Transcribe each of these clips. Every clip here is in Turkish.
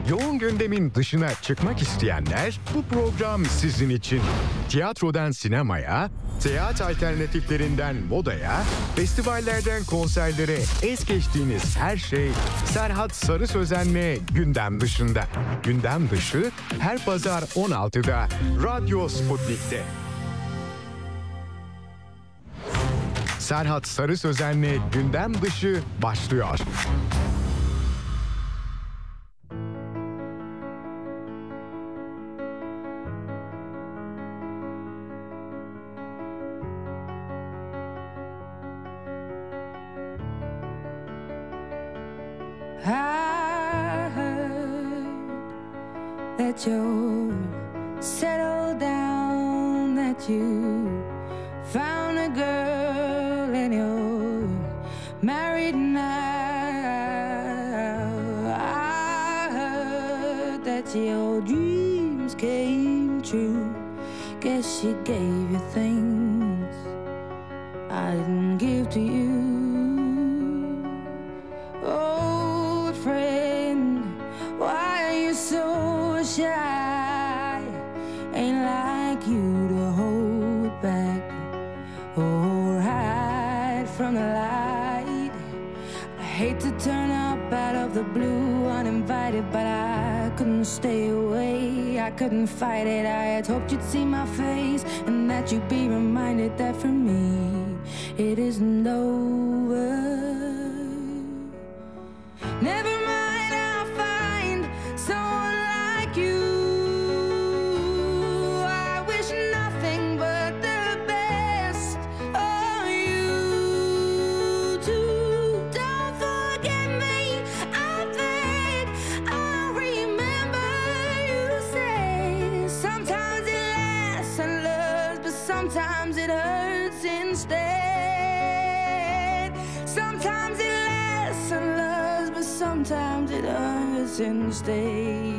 Yoğun gündemin dışına çıkmak isteyenler bu program sizin için. Tiyatrodan sinemaya, seyahat alternatiflerinden modaya, festivallerden konserlere es geçtiğiniz her şey Serhat Sarı Sözen'le gündem dışında. Gündem dışı her pazar 16'da Radyo Sputnik'te. Serhat Sarı Sözen'le gündem dışı başlıyor. That you settled down, that you found a girl and you're married now. I heard that your dreams came true. Guess she gave you things I didn't give to you. Old friend, why are you so shy? Ain't like you to hold back or hide from the light. I hate to turn up out of the blue uninvited, but I couldn't stay away. I couldn't fight it. I had hoped you'd see my face and that you'd be reminded that for me it isn't over. Never mind, I'll find someone like you. I wish nothing but the best of you too. Don't forget me, I beg. I remember you say sometimes it lasts and loves, but sometimes it hurts instead. Sometimes it lasts and loves, but sometimes it hurts instead.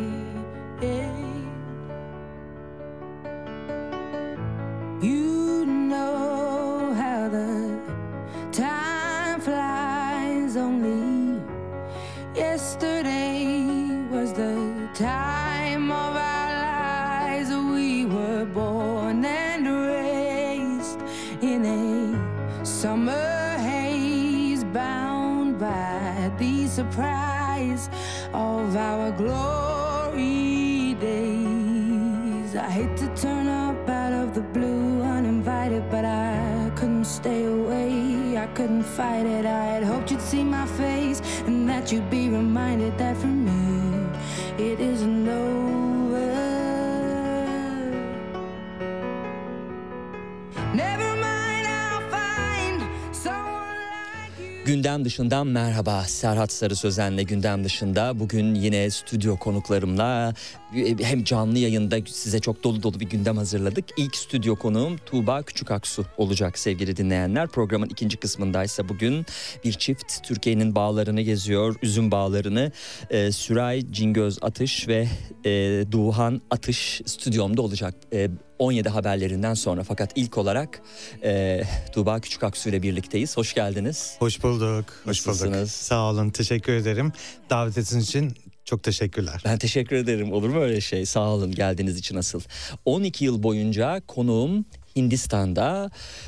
You know how the time flies. Only yesterday was the time of our lives. We were born and raised in a summer haze, bound by the surprise of our glory days. I hate to turn up out of the blue uninvited, but I couldn't stay away. I couldn't fight it. I had hoped you'd see my face and that you'd be reminded that for me it isn't over. Never mind, I'll find someone like you. Gündem dışından merhaba. Serhat Sarı Sözen'le gündem dışında bugün yine stüdyo konuklarımla hem canlı yayında size çok dolu dolu bir gündem hazırladık. İlk stüdyo konuğum Tuğba Küçükaksu olacak sevgili dinleyenler. Programın ikinci kısmındaysa bugün bir çift Türkiye'nin bağlarını geziyor. Üzüm bağlarını. Süray Cingöz Atış ve Duhan Atış stüdyomda olacak. 17 haberlerinden sonra, fakat ilk olarak Tuğba Küçükaksu ile birlikteyiz. Hoş geldiniz. Hoş bulduk. Hoş bulduk. Nasılsınız? Sağ olun. Teşekkür ederim. Davet ettiğiniz için çok teşekkürler. Ben teşekkür ederim. Olur mu öyle şey? Sağ olun geldiğiniz için asıl. 12 yıl boyunca konuğum Hindistan'da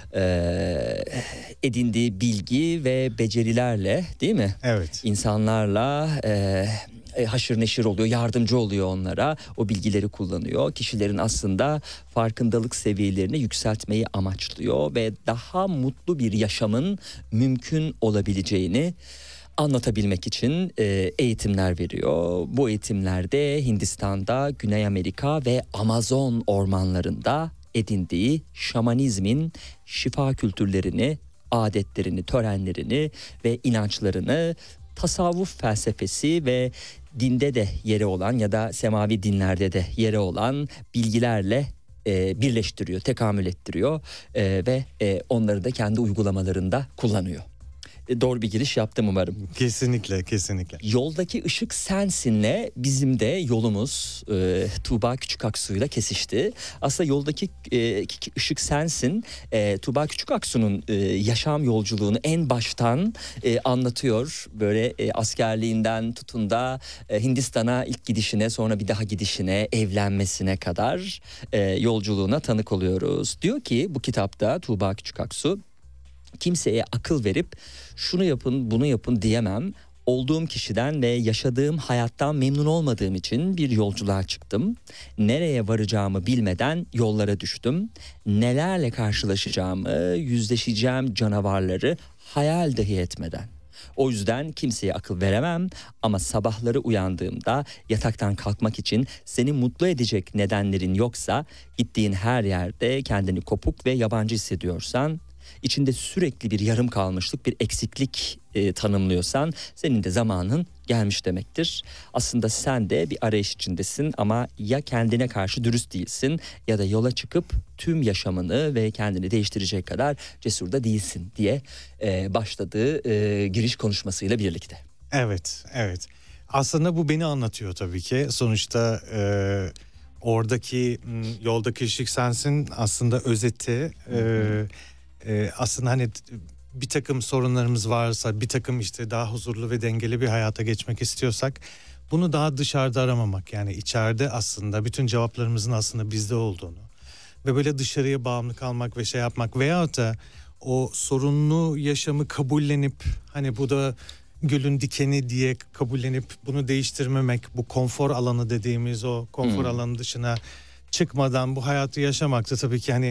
edindiği bilgi ve becerilerle, değil mi? Evet. İnsanlarla haşır neşir oluyor, yardımcı oluyor onlara. O bilgileri kullanıyor. Kişilerin aslında farkındalık seviyelerini yükseltmeyi amaçlıyor ve daha mutlu bir yaşamın mümkün olabileceğini anlatabilmek için eğitimler veriyor. Bu eğitimlerde Hindistan'da, Güney Amerika ve Amazon ormanlarında edindiği şamanizmin şifa kültürlerini, adetlerini, törenlerini ve inançlarını, tasavvuf felsefesi ve dinde de yeri olan ya da semavi dinlerde de yeri olan bilgilerle birleştiriyor, tekamül ettiriyor ve onları da kendi uygulamalarında kullanıyor. doğru bir giriş yaptım umarım. Kesinlikle, kesinlikle. Yoldaki ışık sensinle bizim de yolumuz Tuğba Küçükaksu'yla kesişti. Aslında yoldaki ışık sensin. Tuğba Küçükaksu'nun yaşam yolculuğunu en baştan anlatıyor. Böyle askerliğinden tutun da Hindistan'a ilk gidişine, sonra bir daha gidişine, evlenmesine kadar yolculuğuna tanık oluyoruz. Diyor ki bu kitapta Tuğba Küçükaksu, kimseye akıl verip şunu yapın bunu yapın diyemem. Olduğum kişiden ve yaşadığım hayattan memnun olmadığım için bir yolculuğa çıktım. Nereye varacağımı bilmeden yollara düştüm. Nelerle karşılaşacağımı, yüzleşeceğim canavarları hayal dahi etmeden. O yüzden kimseye akıl veremem ama sabahları uyandığımda yataktan kalkmak için seni mutlu edecek nedenlerin yoksa, gittiğin her yerde kendini kopuk ve yabancı hissediyorsan, içinde sürekli bir yarım kalmışlık, bir eksiklik tanımlıyorsan senin de zamanın gelmiş demektir. Aslında sen de bir arayış içindesin ama ya kendine karşı dürüst değilsin ya da yola çıkıp tüm yaşamını ve kendini değiştirecek kadar cesur da değilsin diye başladığı giriş konuşmasıyla birlikte. Evet, evet. Aslında bu beni anlatıyor tabii ki. Sonuçta oradaki yoldaki ışık sensin aslında özeti. Aslında hani bir takım sorunlarımız varsa, bir takım işte daha huzurlu ve dengeli bir hayata geçmek istiyorsak, bunu daha dışarıda aramamak, yani içeride aslında bütün cevaplarımızın aslında bizde olduğunu ve böyle dışarıya bağımlı kalmak ve şey yapmak veyahut da o sorunlu yaşamı kabullenip, hani bu da gülün dikeni diye kabullenip bunu değiştirmemek, bu konfor alanı dediğimiz o konfor alanı dışına çıkmadan bu hayatı yaşamak da tabii ki hani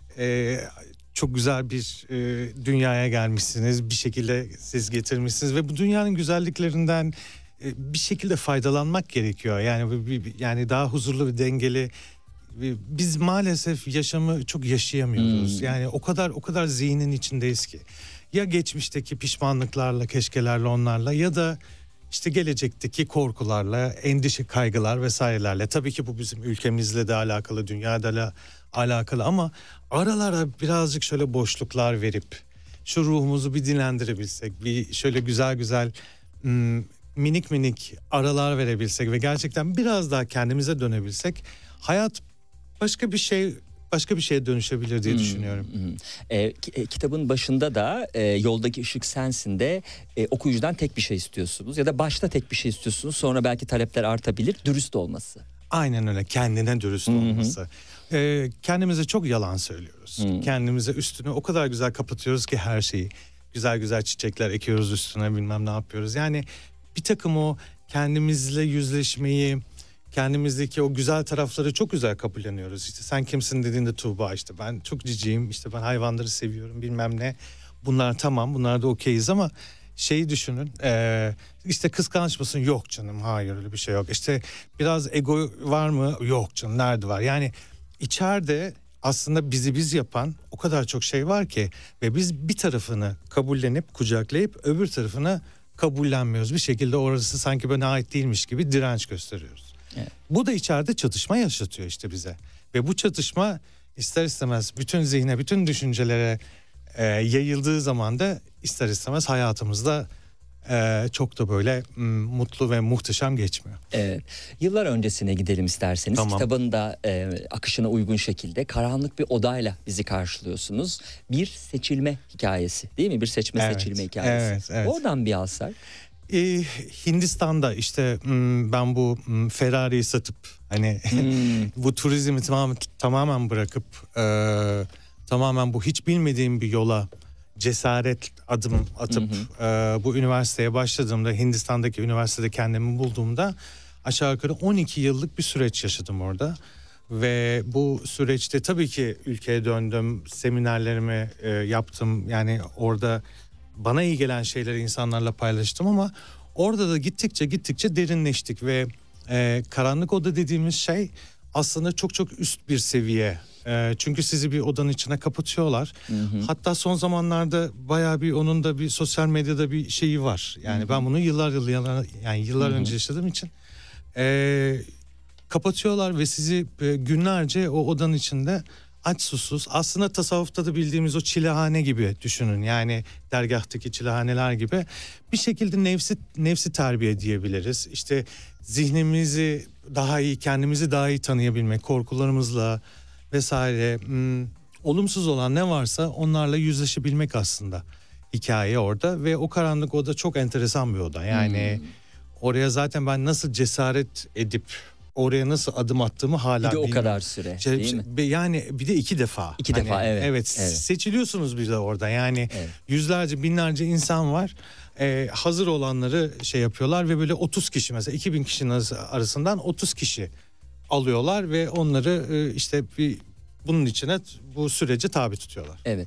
çok güzel bir dünyaya gelmişsiniz. Bir şekilde siz getirmişsiniz ve bu dünyanın güzelliklerinden bir şekilde faydalanmak gerekiyor. Yani daha huzurlu ve dengeli. Biz maalesef yaşamı çok yaşayamıyoruz. Yani o kadar zihnin içindeyiz ki. Ya geçmişteki pişmanlıklarla, keşkelerle, onlarla ya da işte gelecekteki korkularla, endişe, kaygılar vesairelerle. Tabii ki bu bizim ülkemizle de alakalı, dünyada alakalı ama aralara birazcık şöyle boşluklar verip şu ruhumuzu bir dinlendirebilsek, bir şöyle güzel minik aralar verebilsek ve gerçekten biraz daha kendimize dönebilsek, hayat başka bir şeye dönüşebilir diye düşünüyorum. Kitabın başında da yoldaki ışık sensin de okuyucudan tek bir şey istiyorsunuz ya da başta tek bir şey istiyorsunuz, sonra belki talepler artabilir, dürüst olması. Aynen öyle, kendine dürüst olması. Kendimize çok yalan söylüyoruz. Kendimize üstüne o kadar güzel kapatıyoruz ki her şeyi. Güzel çiçekler ekiyoruz üstüne, bilmem ne yapıyoruz. Yani bir takım o kendimizle yüzleşmeyi, kendimizdeki o güzel tarafları çok güzel kabulleniyoruz. İşte sen kimsin dediğinde Tuğba, işte ben çok ciciyim, işte ben hayvanları seviyorum, bilmem ne. Bunlar tamam, bunlar da okeyiz ama şeyi düşünün, işte kıskanç mısın? Yok canım, hayır öyle bir şey yok. İşte biraz ego var mı? Yok canım, nerede var? Yani içeride aslında bizi biz yapan o kadar çok şey var ki ve biz bir tarafını kabullenip kucaklayıp öbür tarafını kabullenmiyoruz. Bir şekilde orası sanki bana ait değilmiş gibi direnç gösteriyoruz. Evet. Bu da içeride çatışma yaşatıyor işte bize. Ve bu çatışma ister istemez bütün zihne, bütün düşüncelere yayıldığı zaman da ister istemez hayatımızda çok da böyle mutlu ve muhteşem geçmiyor. Evet. Yıllar öncesine gidelim isterseniz. Tamam. Kitabın da akışına uygun şekilde karanlık bir odayla bizi karşılıyorsunuz. Bir seçilme hikayesi, değil mi? Bir seçilme hikayesi. Evet. Oradan bir alsak. Hindistan'da işte ben bu Ferrari'yi satıp hani bu turizmi tamamen bırakıp tamamen bu hiç bilmediğim bir yola cesaret adım atıp bu üniversiteye başladığımda, Hindistan'daki üniversitede kendimi bulduğumda aşağı yukarı 12 yıllık bir süreç yaşadım orada. Ve bu süreçte tabii ki ülkeye döndüm, seminerlerimi yaptım. Yani orada bana iyi gelen şeyleri insanlarla paylaştım ama orada da gittikçe derinleştik ve karanlık oda dediğimiz şey aslında çok üst bir seviye. Çünkü sizi bir odanın içine kapatıyorlar. Hatta son zamanlarda bayağı bir onun da bir sosyal medyada bir şeyi var. Yani ben bunu yıllar önce yaşadığım için kapatıyorlar ve sizi günlerce o odanın içinde aç susuz. Aslında tasavvufta da bildiğimiz o çilehane gibi düşünün. Yani dergahtaki çilehaneler gibi bir şekilde nefsi terbiye diyebiliriz. İşte zihnimizi daha iyi, kendimizi daha iyi tanıyabilmek, korkularımızla vesaire, olumsuz olan ne varsa onlarla yüzleşebilmek aslında hikaye orada. Ve o karanlık oda çok enteresan bir oda. Yani oraya zaten ben nasıl cesaret edip oraya nasıl adım attığımı hala Bir de bilmiyorum. o kadar süre değil mi? Yani bir de 2 defa. İki defa, evet. Evet, seçiliyorsunuz bir de orada. Yani yüzlerce, binlerce insan var. Hazır olanları şey yapıyorlar ve böyle 30 kişi, mesela 2000 kişinin arasından 30 kişi alıyorlar ve onları işte bunun içine, bu sürece tabi tutuyorlar. Evet.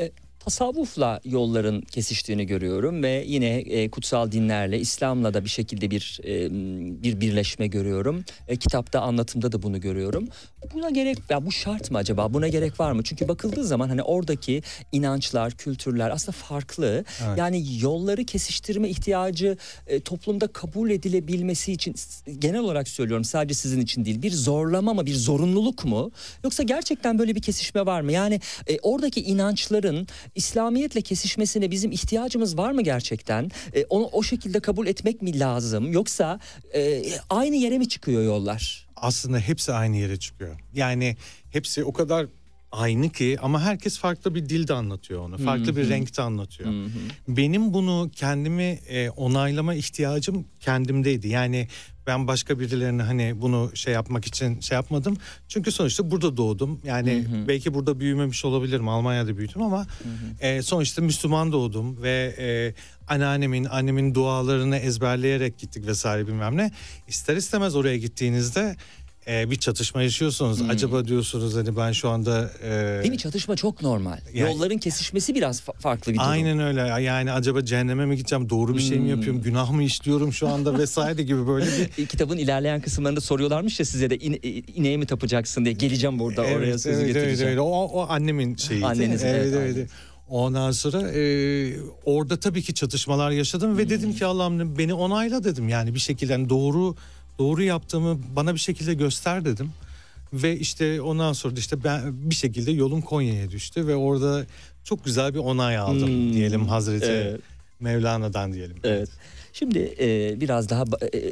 Tasavvufla yolların kesiştiğini görüyorum ve yine kutsal dinlerle, İslam'la da bir şekilde bir birleşme görüyorum. Kitapta, anlatımda da bunu görüyorum. Buna gerek, ya bu şart mı acaba? Buna gerek var mı? Çünkü bakıldığı zaman hani oradaki inançlar, kültürler aslında farklı. Evet. Yani yolları kesiştirme ihtiyacı toplumda kabul edilebilmesi için, genel olarak söylüyorum, sadece sizin için değil, bir zorlama mı, bir zorunluluk mu? Yoksa gerçekten böyle bir kesişme var mı? Yani oradaki inançların İslamiyetle kesişmesine bizim ihtiyacımız var mı gerçekten? Onu o şekilde kabul etmek mi lazım? Yoksa aynı yere mi çıkıyor yollar? Aslında hepsi aynı yere çıkıyor. Yani hepsi o kadar aynı ki, ama herkes farklı bir dilde anlatıyor onu. Farklı bir renkte anlatıyor. Benim bunu kendimi onaylama ihtiyacım kendimdeydi. Yani ben başka birilerine hani bunu şey yapmak için şey yapmadım. Çünkü sonuçta burada doğdum. Yani belki burada büyümemiş olabilirim. Almanya'da büyüdüm ama sonuçta Müslüman doğdum ve annemin dualarını ezberleyerek gittik vesaire bilmem ne. İster istemez oraya gittiğinizde bir çatışma yaşıyorsunuz. Acaba diyorsunuz hani ben şu anda... Değil mi? Çatışma çok normal. Yani, yolların kesişmesi biraz farklı bir durum. Aynen öyle. Yani acaba cehenneme mi gideceğim? Doğru bir şey mi yapıyorum? Günah mı işliyorum şu anda vesaire gibi böyle bir... Kitabın ilerleyen kısımlarında soruyorlarmış ya size de ineğe mi tapacaksın diye. Geleceğim burada, oraya sözü getireceğim. Evet. O annemin şeyiydi. Anneniz, evet. Ondan sonra orada tabii ki çatışmalar yaşadım ve dedim ki Allah'ım beni onayla dedim. Yani bir şekilde yani doğru yaptığımı bana bir şekilde göster dedim. Ve işte ondan sonra da işte ben bir şekilde yolum Konya'ya düştü ve orada çok güzel bir onay aldım diyelim Hazreti Mevlana'dan diyelim. Evet. Şimdi biraz daha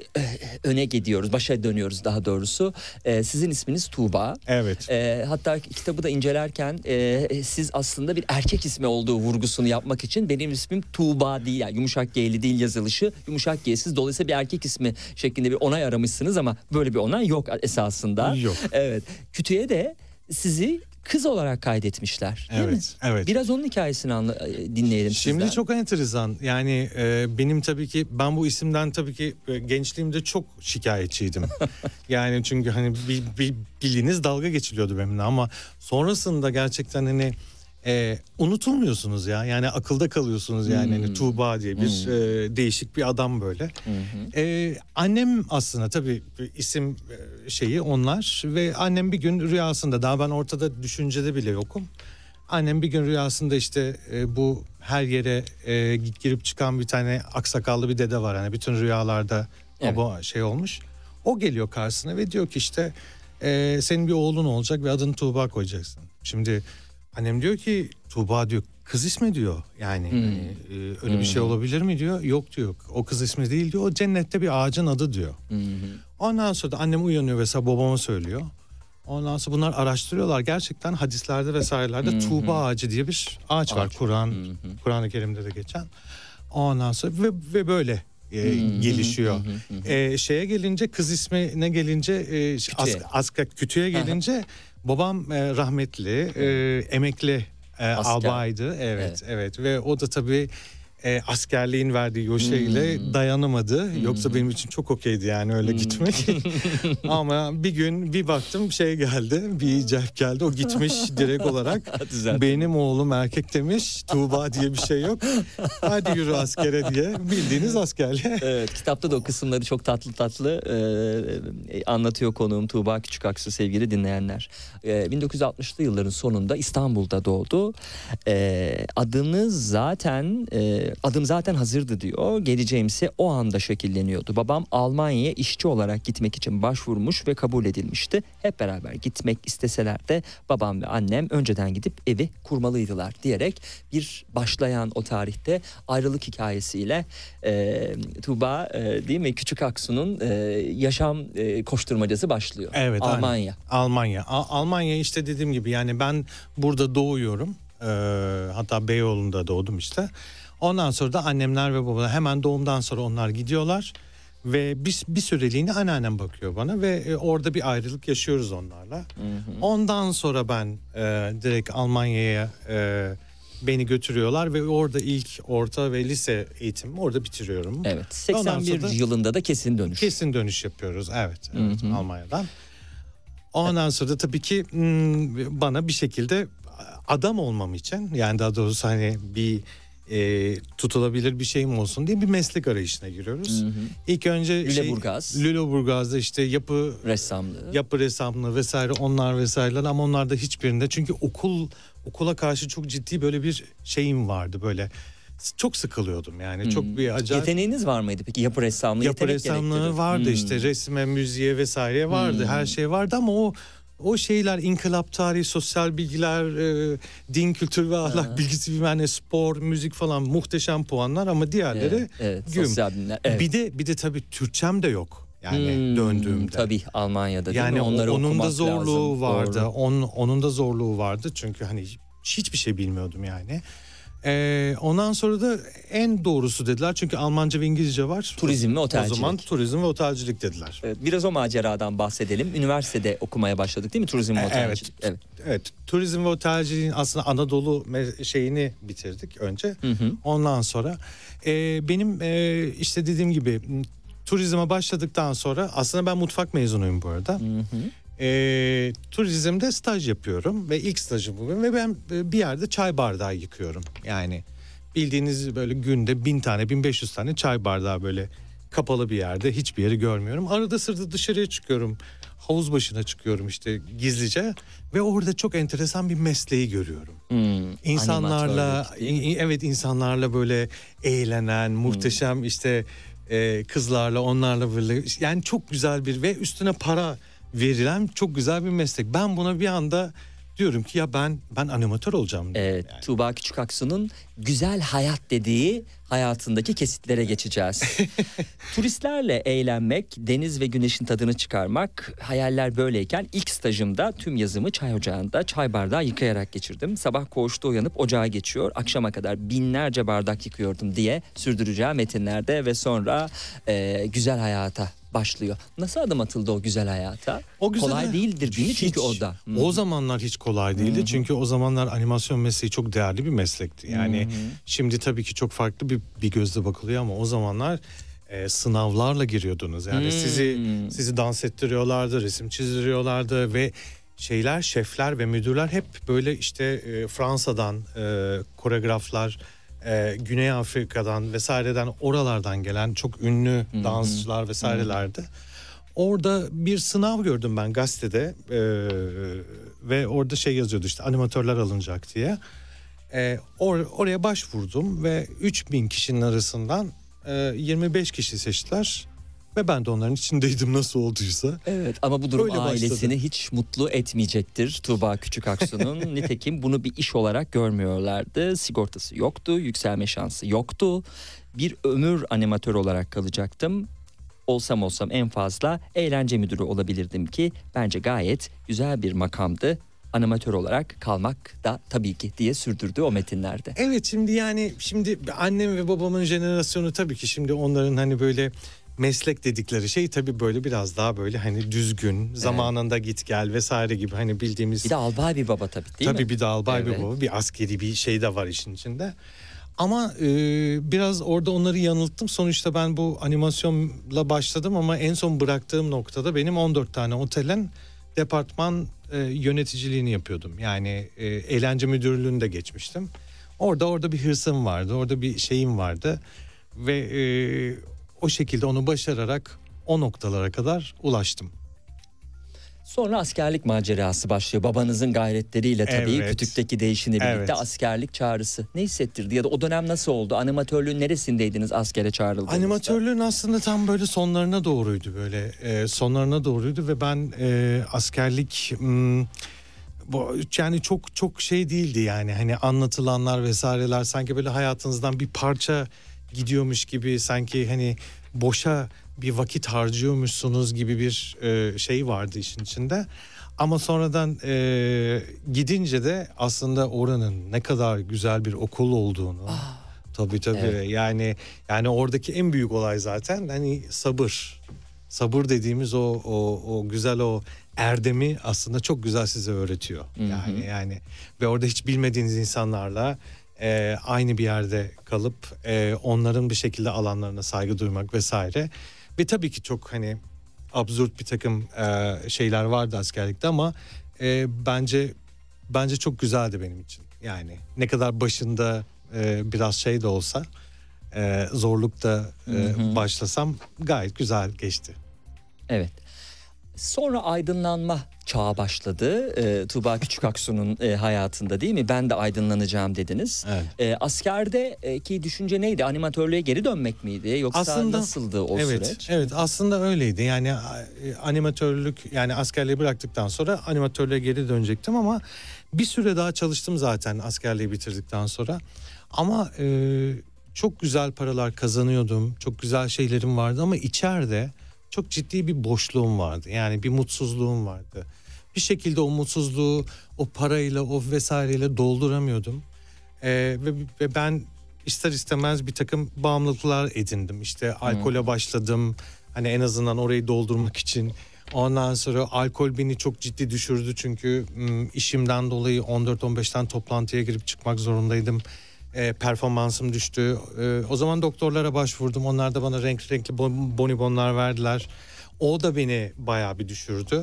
öne gidiyoruz, başa dönüyoruz daha doğrusu. Sizin isminiz Tuğba. Evet. Hatta kitabı da incelerken siz aslında bir erkek ismi olduğu vurgusunu yapmak için benim ismim Tuğba değil, yani yumuşak G'li değil yazılışı, yumuşak G'siz, dolayısıyla bir erkek ismi şeklinde bir onay aramışsınız ama böyle bir onay yok esasında. Yok. Evet. Kütüğe de sizi kız olarak kaydetmişler. Değil mi? Evet. Biraz onun hikayesini dinleyelim Şimdi sizden. çok enteresan. Yani benim tabii ki ben bu isimden tabii ki gençliğimde çok şikayetçiydim. Yani çünkü hani bildiğiniz dalga geçiliyordu benimle ama sonrasında gerçekten hani unutulmuyorsunuz ya. Yani akılda kalıyorsunuz yani. Hani Tuğba diye bir değişik bir adam böyle. Annem aslında tabii isim şeyi onlar ve annem bir gün rüyasında, daha ben ortada düşüncede bile yokum. Annem bir gün rüyasında işte bu her yere girip çıkan bir tane aksakallı bir dede var. Hani bütün rüyalarda o şey olmuş. O geliyor karşısına ve diyor ki işte senin bir oğlun olacak ve adını Tuğba koyacaksın. Şimdi annem diyor ki Tuğba diyor kız ismi diyor. Yani öyle bir şey olabilir mi diyor. Yok diyor. O kız ismi değil diyor. O cennette bir ağacın adı diyor. Ondan sonra da annem uyanıyor vesaire, babama söylüyor. Ondan sonra bunlar araştırıyorlar. Gerçekten hadislerde vesairelerde Tuğba ağacı diye bir ağaç var. Kur'an-ı Kerim'de de geçen. Ondan sonra ve böyle gelişiyor. Şeye gelince, kız ismine gelince kütüğe gelince babam rahmetli emekli albaydı. Evet ve o da tabii askerliğin verdiği o şeyle dayanamadı. Yoksa benim için çok okeydi yani öyle gitmek. Ama bir gün bir baktım şey geldi, bir cevap geldi, o gitmiş direkt olarak. Benim oğlum erkek demiş, Tuğba diye bir şey yok. Hadi yürü askere diye, bildiğiniz askerliğe. Evet, kitapta da o kısımları çok tatlı anlatıyor konuğum Tuğba Küçükaksu, sevgili dinleyenler. 1960'lı yılların sonunda İstanbul'da doğdu. Adınız zaten adım zaten hazırdı diyor. Geleceğimse o anda şekilleniyordu. Babam Almanya'ya işçi olarak gitmek için başvurmuş ve kabul edilmişti. Hep beraber gitmek isteseler de babam ve annem önceden gidip evi kurmalıydılar diyerek bir başlayan o tarihte ayrılık hikayesiyle Tuğba değil mi Küçük Aksu'nun yaşam koşturmacası başlıyor. Evet, Almanya. Aynen. Almanya işte dediğim gibi yani ben burada doğuyorum. Hatta Beyoğlu'nda doğdum işte. Ondan sonra da annemler ve babalar hemen doğumdan sonra onlar gidiyorlar. Ve bir süreliğine anneannem bakıyor bana ve orada bir ayrılık yaşıyoruz onlarla. Ondan sonra ben direkt Almanya'ya beni götürüyorlar ve orada ilk orta ve lise eğitimimi orada bitiriyorum. Evet. 81 yılında da kesin dönüş. Kesin dönüş yapıyoruz. Evet Almanya'dan. Ondan sonra da tabii ki bana bir şekilde adam olmam için yani daha doğrusu hani bir tutulabilir bir şeyim olsun diye bir meslek arayışına giriyoruz. İlk önce Lüleburgaz'da işte yapı ressamlığı vesaire onlar vesaireler ama onlarda hiçbirinde çünkü okula karşı çok ciddi böyle bir şeyim vardı böyle. Çok sıkılıyordum yani çok bir acayip. Yeteneğiniz var mıydı peki yapı ressamlığı vardı işte resme müziğe vesaire vardı her şey vardı ama o şeyler inkılap tarihi sosyal bilgiler din kültür ve ahlak bilgisi bilmem spor müzik falan muhteşem puanlar ama diğerleri güm. Sosyal bilimler, evet. Bir de tabii Türkçem de yok yani döndüğümde. Tabii Almanya'da değil yani mi? Onları onun da zorluğu lazım. vardı. Onun da zorluğu vardı çünkü hani hiçbir şey bilmiyordum yani. Ondan sonra da en doğrusu dediler çünkü Almanca ve İngilizce var. Turizm ve otelcilik. O zaman turizm ve otelcilik dediler. Evet, biraz o maceradan bahsedelim. Üniversitede okumaya başladık değil mi turizm ve otelcilik? Evet. Turizm ve otelciliğin aslında Anadolu şeyini bitirdik önce. Ondan sonra benim işte dediğim gibi turizme başladıktan sonra aslında ben mutfak mezunuyum bu arada. Turizmde staj yapıyorum ve ilk stajım bugün ve ben bir yerde çay bardağı yıkıyorum. Yani bildiğiniz böyle günde 1000 tane 1500 tane çay bardağı böyle kapalı bir yerde hiçbir yeri görmüyorum. Arada sırada dışarıya çıkıyorum. Havuz başına çıkıyorum işte gizlice ve orada çok enteresan bir mesleği görüyorum. İnsanlarla böyle eğlenen muhteşem işte kızlarla onlarla böyle yani çok güzel bir ve üstüne para verilen çok güzel bir meslek. Ben buna bir anda diyorum ki ya ben animatör olacağım. Evet, yani. Tuğba Küçük Aksu'nun güzel hayat dediği hayatındaki kesitlere geçeceğiz. Turistlerle eğlenmek, deniz ve güneşin tadını çıkarmak, hayaller böyleyken ilk stajımda tüm yazımı çay ocağında çay bardağı yıkayarak geçirdim. Sabah koğuşta uyanıp ocağa geçiyor, akşama kadar binlerce bardak yıkıyordum diye sürdüreceğim metinlerde ve sonra güzel hayata başlıyor. Nasıl adım atıldı o güzel hayata? Kolay değildir değil mi? Çünkü o zamanlar hiç kolay değildi. Çünkü o zamanlar animasyon mesleği çok değerli bir meslekti. Yani şimdi tabii ki çok farklı bir gözle bakılıyor ama o zamanlar sınavlarla giriyordunuz. Yani sizi dans ettiriyorlardı, resim çizdiriyorlardı ve şefler ve müdürler hep böyle işte Fransa'dan koreograflar, Güney Afrika'dan vesaireden oralardan gelen çok ünlü dansçılar vesairelerdi. Orada bir sınav gördüm ben gazetede ve orada yazıyordu işte animatörler alınacak diye. Oraya başvurdum ve 3000 kişinin arasından 25 kişi seçtiler. Ve ben de onların içindeydim nasıl olduysa. Evet ama bu durum öyle ailesini başladı. Hiç mutlu etmeyecektir Tuğba Küçük Aksu'nun. Nitekim bunu bir iş olarak görmüyorlardı. Sigortası yoktu, yükselme şansı yoktu. Bir ömür animatör olarak kalacaktım. Olsam en fazla eğlence müdürü olabilirdim ki bence gayet güzel bir makamdı. Animatör olarak kalmak da tabii ki diye sürdürdü o metinlerde. Evet şimdi annem ve babamın jenerasyonu tabii ki şimdi onların hani böyle meslek dedikleri şey tabii böyle biraz daha böyle hani düzgün, zamanında git gel vesaire gibi hani bildiğimiz. Bir de albay bir baba tabii değil mi? Tabii bir de albay bir baba, bir askeri bir şey de var işin içinde. Ama biraz orada onları yanılttım. Sonuçta ben bu animasyonla başladım ama en son bıraktığım noktada benim 14 tane otelin departman yöneticiliğini yapıyordum. Yani eğlence müdürlüğünü de geçmiştim. Orada bir hırsım vardı, orada bir şeyim vardı ve o şekilde onu başararak o noktalara kadar ulaştım. Sonra askerlik macerası başlıyor. Babanızın gayretleriyle tabii, Evet. Kütük'teki değişini birlikte Evet. askerlik çağrısı. Ne hissettirdi ya da o dönem nasıl oldu? Animatörlüğün neresindeydiniz askere çağrıldığınızda? Animatörlüğün aslında tam böyle sonlarına doğruydu böyle. Sonlarına doğruydu ve ben askerlik yani çok şey değildi yani. Hani anlatılanlar vesaireler sanki böyle hayatınızdan bir parça gidiyormuş gibi, sanki hani boşa bir vakit harcıyormuşsunuz gibi bir şey vardı işin içinde. Ama sonradan gidince de aslında oranın ne kadar güzel bir okul olduğunu. Tabii Evet. yani oradaki en büyük olay zaten hani sabır. Sabır dediğimiz o güzel o erdemi aslında çok güzel size öğretiyor. Yani ve orada hiç bilmediğiniz insanlarla aynı bir yerde kalıp onların bir şekilde alanlarına saygı duymak vesaire. Ve tabii ki çok hani absürt bir takım şeyler vardı askerlikte ama bence çok güzeldi benim için. Yani ne kadar başında biraz şey de olsa zorluk da başlasam gayet güzel geçti. Evet. Sonra aydınlanma çağı başladı. Tuğba Küçükaksu'nun hayatında, değil mi? Ben de aydınlanacağım dediniz. Evet. Askerdeki düşünce neydi? Animatörlüğe geri dönmek miydi? Yoksa Aslında, nasıldı o süreç? Evet, aslında öyleydi. Yani animatörlük, yani askerliği bıraktıktan sonra animatörlüğe geri dönecektim ama bir süre daha çalıştım zaten askerliği bitirdikten sonra. Ama çok güzel paralar kazanıyordum. Çok güzel şeylerim vardı ama içeride çok ciddi bir boşluğum vardı. Yani bir mutsuzluğum vardı. Bir şekilde o mutsuzluğu o parayla, o vesaireyle dolduramıyordum. Ve ben ister istemez bir takım bağımlılıklar edindim. İşte alkole başladım. Hani en azından orayı doldurmak için. Ondan sonra alkol beni çok ciddi düşürdü. Çünkü işimden dolayı 14-15'ten toplantıya girip çıkmak zorundaydım. Performansım düştü. O zaman doktorlara başvurdum. Onlar da bana renkli bonibonlar verdiler. O da beni bayağı bir düşürdü.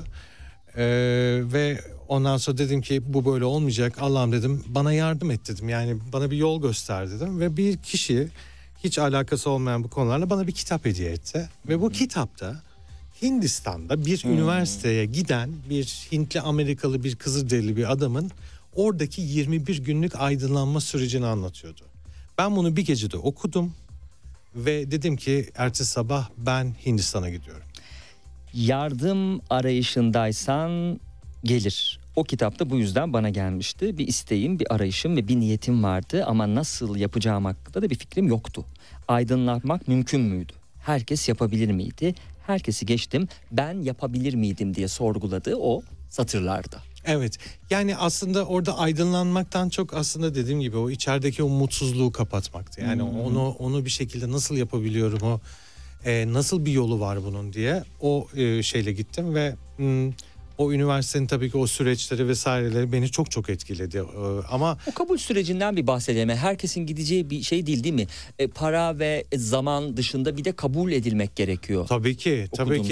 Ve ondan sonra dedim ki bu böyle olmayacak. Allah'ım dedim, bana yardım et dedim. Yani bana bir yol göster dedim. Ve bir kişi hiç alakası olmayan bu konularla bana bir kitap hediye etti. Ve bu kitapta Hindistan'da bir üniversiteye giden bir Hintli Amerikalı bir Kızılderili bir adamın oradaki 21 günlük aydınlanma sürecini anlatıyordu. Ben bunu bir gecede okudum ve dedim ki ertesi sabah ben Hindistan'a gidiyorum. Yardım arayışındaysan gelir. O kitapta bu yüzden bana gelmişti. Bir isteğim, bir arayışım ve bir niyetim vardı ama nasıl yapacağım hakkında da bir fikrim yoktu. Aydınlanmak mümkün müydü? Herkes yapabilir miydi? Herkesi geçtim, ben yapabilir miydim diye sorguladığı o satırlarda. Evet, yani aslında orada aydınlanmaktan çok aslında dediğim gibi o içerideki o mutsuzluğu kapatmaktı. Yani onu bir şekilde nasıl yapabiliyorum, o nasıl bir yolu var bunun diye o şeyle gittim ve o üniversitenin tabii ki o süreçleri vesaireleri beni çok etkiledi. Ama o kabul sürecinden bir bahsedelim. Herkesin gideceği bir şey değil mi? Para ve zaman dışında bir de kabul edilmek gerekiyor. Tabii ki.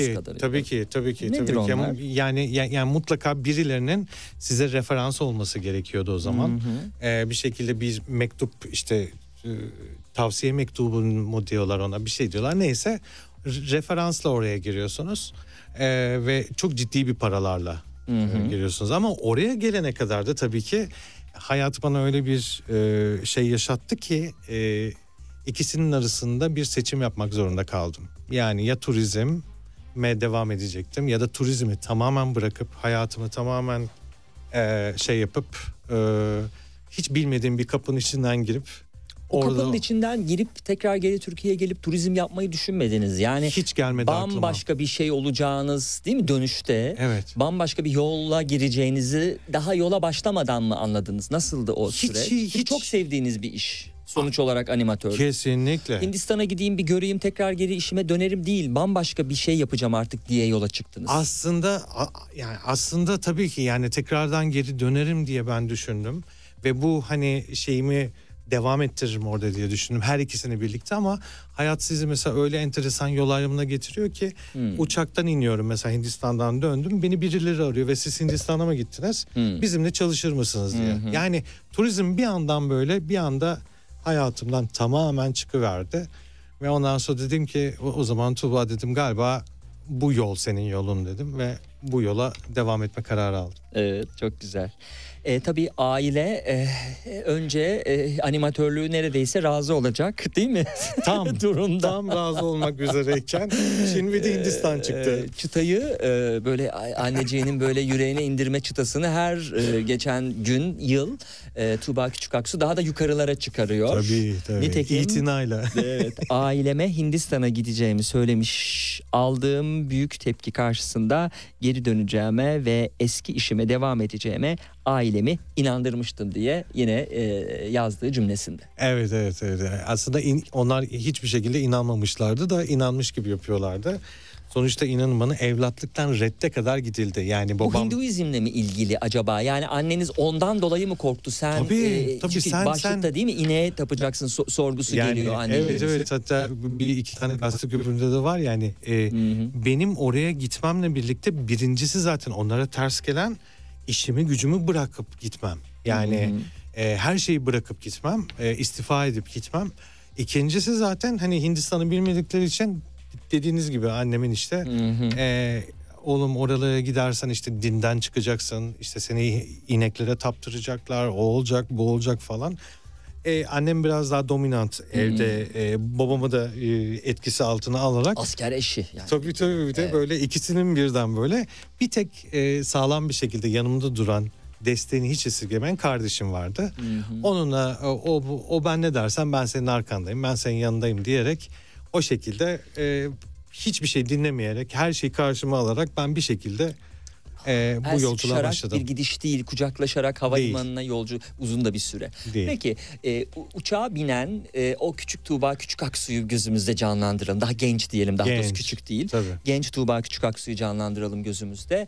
Nedir onlar? Yani mutlaka birilerinin size referans olması gerekiyordu o zaman. Bir şekilde bir mektup, işte tavsiye mektubu mu diyorlar ona, bir şey diyorlar. Neyse, referansla oraya giriyorsunuz. Ve çok ciddi bir paralarla giriyorsunuz. Ama oraya gelene kadar da tabii ki hayat bana öyle bir şey yaşattı ki ikisinin arasında bir seçim yapmak zorunda kaldım. Yani ya turizme devam edecektim ya da turizmi tamamen bırakıp hayatımı tamamen şey yapıp hiç bilmediğim bir kapının içinden girip o kapının içinden girip tekrar geri Türkiye'ye gelip turizm yapmayı düşünmediniz. Yani hiç gelmedi bambaşka aklıma. Bir şey olacağınız, değil mi, dönüşte? Evet. Bambaşka bir yolla gireceğinizi daha yola başlamadan mı anladınız? Nasıldı o süreç? Hiç çok sevdiğiniz bir iş. Sonuç olarak animatör. Kesinlikle. Hindistan'a gideyim, bir göreyim, tekrar geri işime dönerim değil. Bambaşka bir şey yapacağım artık diye yola çıktınız. Aslında tabii ki yani tekrardan geri dönerim diye ben düşündüm ve bu hani şeyimi devam ettiririm orada diye düşündüm. Her ikisini birlikte ama hayat sizi mesela öyle enteresan yol ayrımına getiriyor ki uçaktan iniyorum mesela, Hindistan'dan döndüm. Beni birileri arıyor ve siz Hindistan'a mı gittiniz? Bizimle çalışır mısınız diye. Yani turizm bir yandan böyle bir anda hayatımdan tamamen çıkıverdi. Ve ondan sonra dedim ki o zaman Tuğba dedim, galiba bu yol senin yolun dedim ve bu yola devam etme kararı aldım. Evet, çok güzel. Tabii aile önce animatörlüğü neredeyse razı olacak değil mi? Tam durumda. Tam razı olmak üzereyken şimdi bir de Hindistan çıktı. Çıtayı böyle anneciğinin böyle yüreğine indirme çıtasını her geçen gün yıl Tuğba Küçükaksu daha da yukarılara çıkarıyor. Tabii. Nitekim, İtinayla. evet, aileme Hindistan'a gideceğimi söylemiş. Aldığım büyük tepki karşısında geri döneceğime ve eski işime devam edeceğime ailemi inandırmıştım diye yine yazdığı cümlesinde. Evet. Aslında onlar hiçbir şekilde inanmamışlardı da inanmış gibi yapıyorlardı. Sonuçta inanın bana evlatlıktan redde kadar gidildi. Yani Bu babam... Hinduizmle mi ilgili acaba? Yani anneniz ondan dolayı mı korktu? Sen Tabii, çünkü sen- başlıkta değil mi ineğe tapacaksın sorgusu geliyor anneniz. Evet, hatta bir iki tane gazete köpründe de var yani. Benim oraya gitmemle birlikte birincisi zaten onlara ters gelen işimi gücümü bırakıp gitmem. Yani her şeyi bırakıp gitmem, istifa edip gitmem. İkincisi zaten hani Hindistan'ı bilmedikleri için dediğiniz gibi annemin işte oğlum oralara gidersen işte dinden çıkacaksın, işte seni ineklere taptıracaklar, o olacak bu olacak falan. Annem biraz daha dominant evde, babamı da etkisi altına alarak. Asker eşi yani. Tabii bir de böyle ikisinin birden böyle bir tek sağlam bir şekilde yanımda duran, desteğini hiç esirgemeyen kardeşim vardı. Onunla o ben ne dersen ben senin arkandayım, ben senin yanındayım diyerek o şekilde hiçbir şey dinlemeyerek her şeyi karşıma alarak ben bir şekilde bu yolculuğa sıkışarak başladım. bir gidiş değil, kucaklaşarak havalimanına yolcu, uzun da bir süre. Değil. Peki uçağa binen o küçük Tuğba Küçükaksu'yu gözümüzde canlandıralım. Daha genç diyelim, daha doğrusu Genç, küçük değil. tabii. Genç Tuğba Küçükaksu'yu canlandıralım gözümüzde.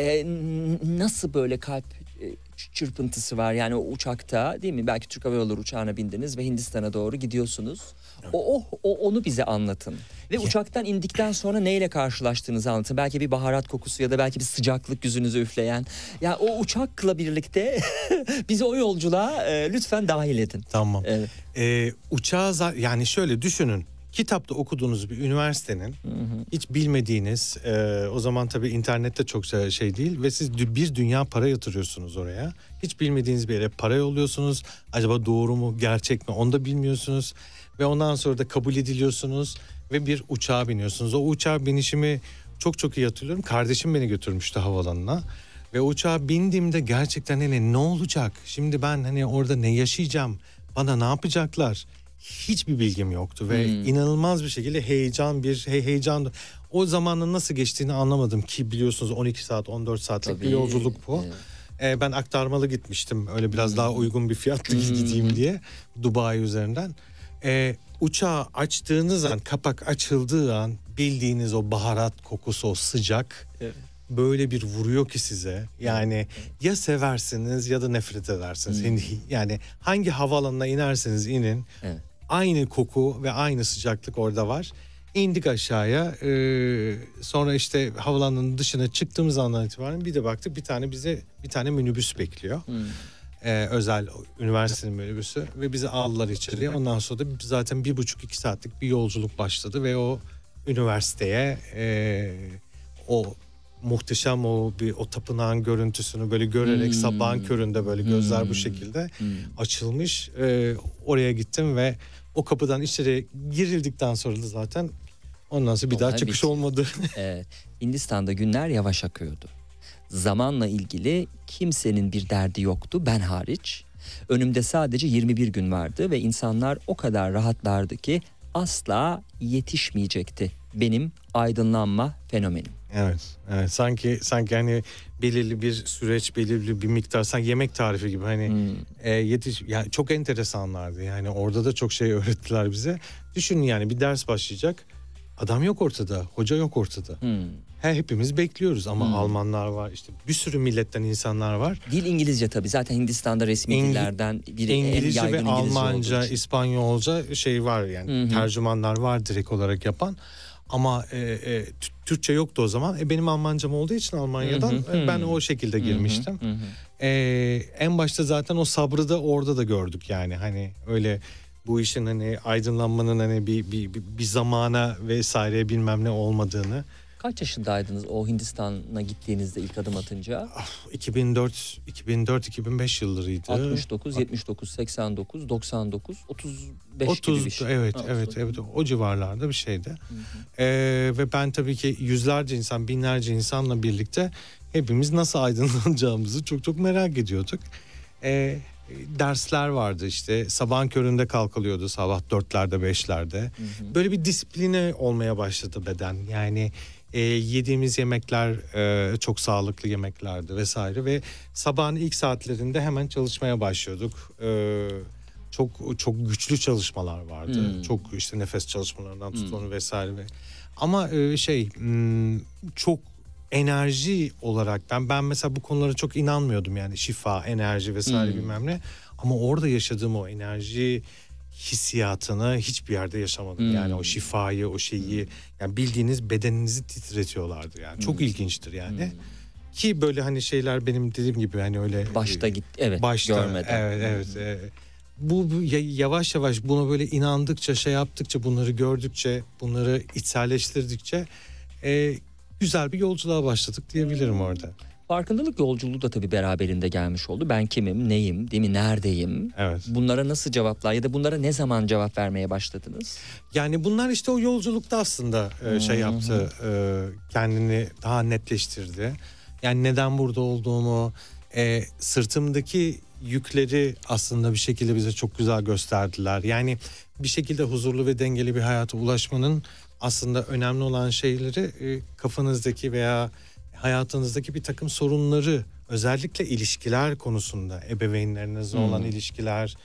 Nasıl böyle kalp çırpıntısı var yani o uçakta değil mi? Belki Türk Hava Yolları uçağına bindiniz ve Hindistan'a doğru gidiyorsunuz. Onu bize anlatın. Ve uçaktan indikten sonra neyle karşılaştığınızı anlatın. Belki bir baharat kokusu ya da belki bir sıcaklık yüzünüze üfleyen. Ya o uçakla birlikte bizi o yolculuğa lütfen dahil edin. Tamam. Evet. Uçağa yani şöyle düşünün. Kitapta okuduğunuz bir üniversitenin hiç bilmediğiniz o zaman tabii internette çok şey değil ve siz bir dünya para yatırıyorsunuz oraya. Hiç bilmediğiniz bir yere para yolluyorsunuz. Acaba doğru mu gerçek mi onu da bilmiyorsunuz. Ve ondan sonra da kabul ediliyorsunuz ve bir uçağa biniyorsunuz. O uçağa binişimi çok iyi hatırlıyorum. Kardeşim beni götürmüştü havaalanına. Ve uçağa bindiğimde gerçekten hani ne olacak? Şimdi ben hani orada ne yaşayacağım? Bana ne yapacaklar? Hiçbir bilgim yoktu ve inanılmaz bir şekilde heyecan. O zamanın nasıl geçtiğini anlamadım ki biliyorsunuz 12 saat 14 saatlik bir yolculuk bu. Ben aktarmalı gitmiştim öyle biraz daha uygun bir fiyatla gideyim diye Dubai üzerinden. Uçağı açtığınız an, kapak açıldığı an bildiğiniz o baharat kokusu, o sıcak böyle bir vuruyor ki size. Yani ya seversiniz ya da nefret edersiniz. Yani hangi havaalanına inerseniz inin aynı koku ve aynı sıcaklık orada var. İndik aşağıya sonra işte havaalanının dışına çıktığımız andan itibaren bir de baktık bize bir tane minibüs bekliyor. Özel üniversitenin minibüsü ve bizi aldılar içeriye. Ondan sonra da zaten 1,5-2 saatlik bir yolculuk başladı ve o üniversiteye o muhteşem o tapınağın görüntüsünü böyle görerek sabahın köründe böyle gözler bu şekilde açılmış. Oraya gittim ve o kapıdan içeri girildikten sonra da zaten ondan sonra bir daha çıkış olmadı. Hindistan'da günler yavaş akıyordu. Zamanla ilgili kimsenin bir derdi yoktu, ben hariç. Önümde sadece 21 gün vardı ve insanlar o kadar rahatlardı ki asla yetişmeyecekti benim aydınlanma fenomenim. Evet. Sanki hani belirli bir süreç, belirli bir miktar, sanki yemek tarifi gibi hani yani çok enteresanlardı. Yani orada da çok şey öğrettiler bize. Düşünün yani bir ders başlayacak. Adam yok ortada, hoca yok ortada. Hepimiz bekliyoruz ama Almanlar var, işte bir sürü milletten insanlar var. Dil İngilizce tabii, zaten Hindistan'da resmi dillerden biri, İngilizce en yaygın ve İngilizce Almanca, İspanyolca şey var yani tercümanlar var direkt olarak yapan. Ama Türkçe yoktu o zaman. Benim Almancam olduğu için Almanya'dan ben o şekilde girmiştim. En başta zaten o sabrı da orada da gördük yani hani öyle bu işin hani aydınlanmanın hani bir zamana vesaire bilmem ne olmadığını. Kaç yaşındaydınız o Hindistan'a gittiğinizde ilk adım atınca? 2004-2005 yıllarıydı. 69, 79, 89, 99, 35 gibi bir şey. Evet, o civarlarda bir şeydi. Ve ben tabii ki yüzlerce insan, binlerce insanla birlikte hepimiz nasıl aydınlanacağımızı çok çok merak ediyorduk. Dersler vardı işte, sabahın köründe kalkılıyordu, sabah 4'lerde 5'lerde. Böyle bir disipline olmaya başladı beden. Yani yediğimiz yemekler çok sağlıklı yemeklerdi vesaire ve sabahın ilk saatlerinde hemen çalışmaya başlıyorduk. Çok güçlü çalışmalar vardı. Çok işte nefes çalışmalarından tutun vesaire. Ama çok enerji olarak ben mesela bu konulara çok inanmıyordum, yani şifa, enerji vesaire bilmem ne. Ama orada yaşadığım o enerji hissiyatını hiçbir yerde yaşamadım. Yani o şifayı, o şeyi, yani bildiğiniz bedeninizi titretiyorlardı yani. Çok ilginçtir yani. Ki böyle hani şeyler benim dediğim gibi hani öyle Başta görmeden. Evet. Bu yavaş yavaş buna böyle inandıkça, şey yaptıkça, bunları gördükçe, bunları içselleştirdikçe güzel bir yolculuğa başladık diyebilirim orada. Farkındalık yolculuğu da tabii beraberinde gelmiş oldu. Ben kimim, neyim, değil mi, neredeyim? Evet. Bunlara nasıl cevaplar ya da bunlara ne zaman cevap vermeye başladınız? Yani bunlar işte o yolculukta aslında şey yaptı, kendini daha netleştirdi. Yani neden burada olduğumu, sırtımdaki yükleri aslında bir şekilde bize çok güzel gösterdiler. Yani bir şekilde huzurlu ve dengeli bir hayata ulaşmanın aslında önemli olan şeyleri kafanızdaki veya hayatınızdaki bir takım sorunları, özellikle ilişkiler konusunda, ebeveynlerinizle olan ilişkiler,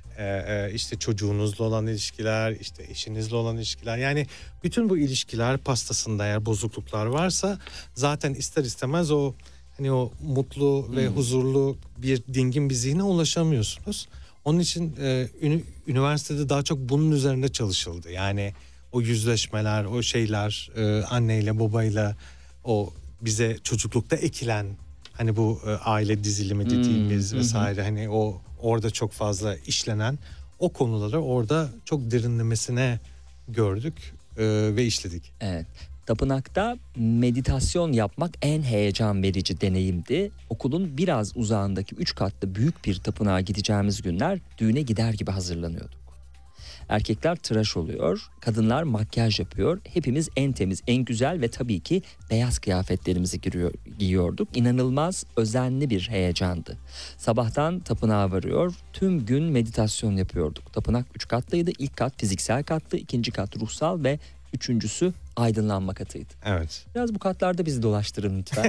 işte çocuğunuzla olan ilişkiler, işte eşinizle olan ilişkiler, yani bütün bu ilişkiler pastasında eğer bozukluklar varsa zaten ister istemez o hani o mutlu ve huzurlu bir dingin bir zihne ulaşamıyorsunuz. Onun için üniversitede daha çok bunun üzerinde çalışıldı. Yani o yüzleşmeler, o şeyler, anneyle babayla o bize çocuklukta ekilen hani bu aile dizilimi dediğimiz vesaire, hani o orada çok fazla işlenen o konuları orada çok derinlemesine gördük ve işledik. Evet. Tapınakta meditasyon yapmak en heyecan verici deneyimdi. Okulun biraz uzağındaki 3 katlı büyük bir tapınağa gideceğimiz günler düğüne gider gibi hazırlanıyorduk. Erkekler tıraş oluyor, kadınlar makyaj yapıyor. Hepimiz en temiz, en güzel ve tabii ki beyaz kıyafetlerimizi giyiyorduk. İnanılmaz özenli bir heyecandı. Sabahtan tapınağa varıyor, tüm gün meditasyon yapıyorduk. Tapınak 3 katlıydı. İlk kat fiziksel kattı, ikinci kat ruhsal ve üçüncüsü aydınlanma katıydı. Evet. Biraz bu katlarda bizi dolaştırın lütfen.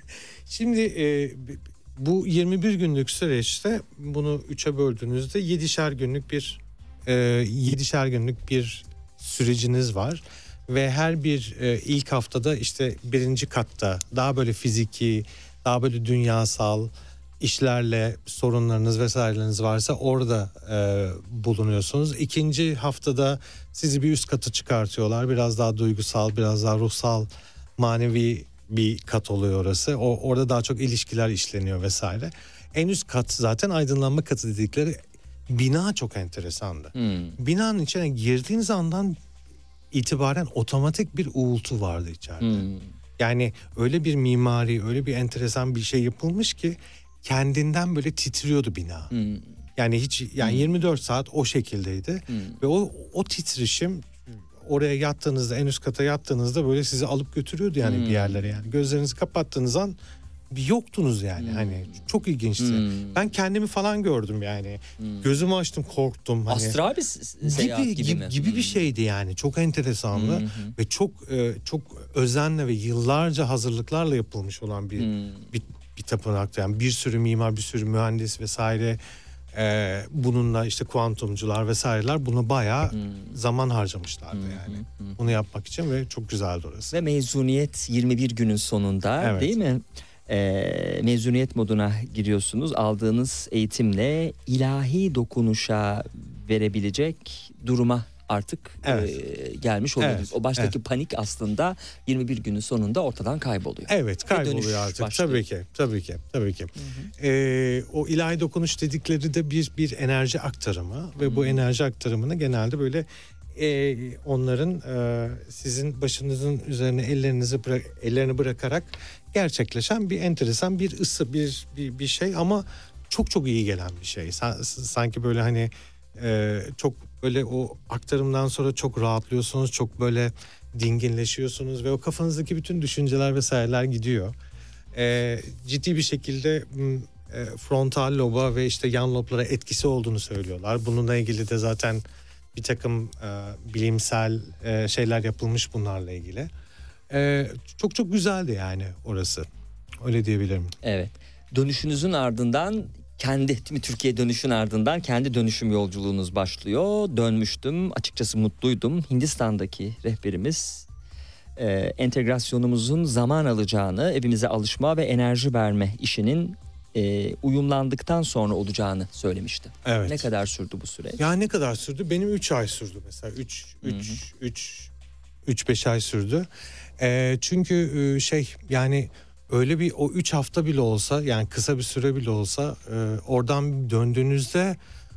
Şimdi bu 21 günlük süreçte bunu 3'e böldüğünüzde 7'şer günlük bir süreciniz var ve her bir ilk haftada işte birinci katta daha böyle fiziki, daha böyle dünyasal işlerle sorunlarınız vesaireleriniz varsa orada bulunuyorsunuz. İkinci haftada sizi bir üst katı çıkartıyorlar. Biraz daha duygusal, biraz daha ruhsal, manevi bir kat oluyor orası. Orada daha çok ilişkiler işleniyor vesaire. En üst kat zaten aydınlanma katı dedikleri bina çok enteresandı. Binanın içine girdiğiniz andan itibaren otomatik bir uğultu vardı içeride. Yani öyle bir mimari, öyle bir enteresan bir şey yapılmış ki kendinden böyle titriyordu bina. Yani 24 saat o şekildeydi ve o titreşim oraya yattığınızda, en üst kata yattığınızda böyle sizi alıp götürüyordu yani bir yerlere. Yani gözlerinizi kapattığınız an bir yoktunuz yani. Hani çok ilginçti. Ben kendimi falan gördüm yani. Gözümü açtım, korktum. Hani Astral bir seyahat gibi mi? Gibi bir şeydi yani. Çok enteresandı ve çok özenle ve yıllarca hazırlıklarla yapılmış olan bir tapınaktı. Yani bir sürü mimar, bir sürü mühendis vesaire, bununla işte kuantumcular vesaireler buna bayağı zaman harcamışlardı yani. Bunu yapmak için ve çok güzeldi orası. Ve mezuniyet 21 günün sonunda, evet, değil mi? Mezuniyet moduna giriyorsunuz. Aldığınız eğitimle ilahi dokunuşa verebilecek duruma artık gelmiş oluyoruz. Evet, o baştaki panik aslında 21 günün sonunda ortadan kayboluyor. Evet, kayboluyor artık. Başlıyor. Tabii ki. O ilahi dokunuş dedikleri de bir enerji aktarımı ve bu enerji aktarımını genelde böyle onların sizin başınızın üzerine ellerini bırakarak gerçekleşen bir enteresan bir ısı, bir şey ama çok çok iyi gelen bir şey. Sanki böyle hani çok böyle o aktarımdan sonra çok rahatlıyorsunuz, çok böyle dinginleşiyorsunuz ve o kafanızdaki bütün düşünceler vesaireler gidiyor. Ciddi bir şekilde frontal loba ve işte yan loblara etkisi olduğunu söylüyorlar. Bununla ilgili de zaten bir takım bilimsel şeyler yapılmış bunlarla ilgili. Çok çok güzeldi yani orası. Öyle diyebilirim. Evet. Dönüşünüzün ardından Türkiye dönüşün ardından kendi dönüşüm yolculuğunuz başlıyor. Dönmüştüm. Açıkçası mutluydum. Hindistan'daki rehberimiz entegrasyonumuzun zaman alacağını, evimize alışma ve enerji verme işinin uyumlandıktan sonra olacağını söylemişti. Evet. Ne kadar sürdü bu süreç? Ya ne kadar sürdü? Benim 3 ay sürdü mesela. 3-5 ay sürdü. Çünkü yani öyle bir o 3 hafta bile olsa, yani kısa bir süre bile olsa oradan döndüğünüzde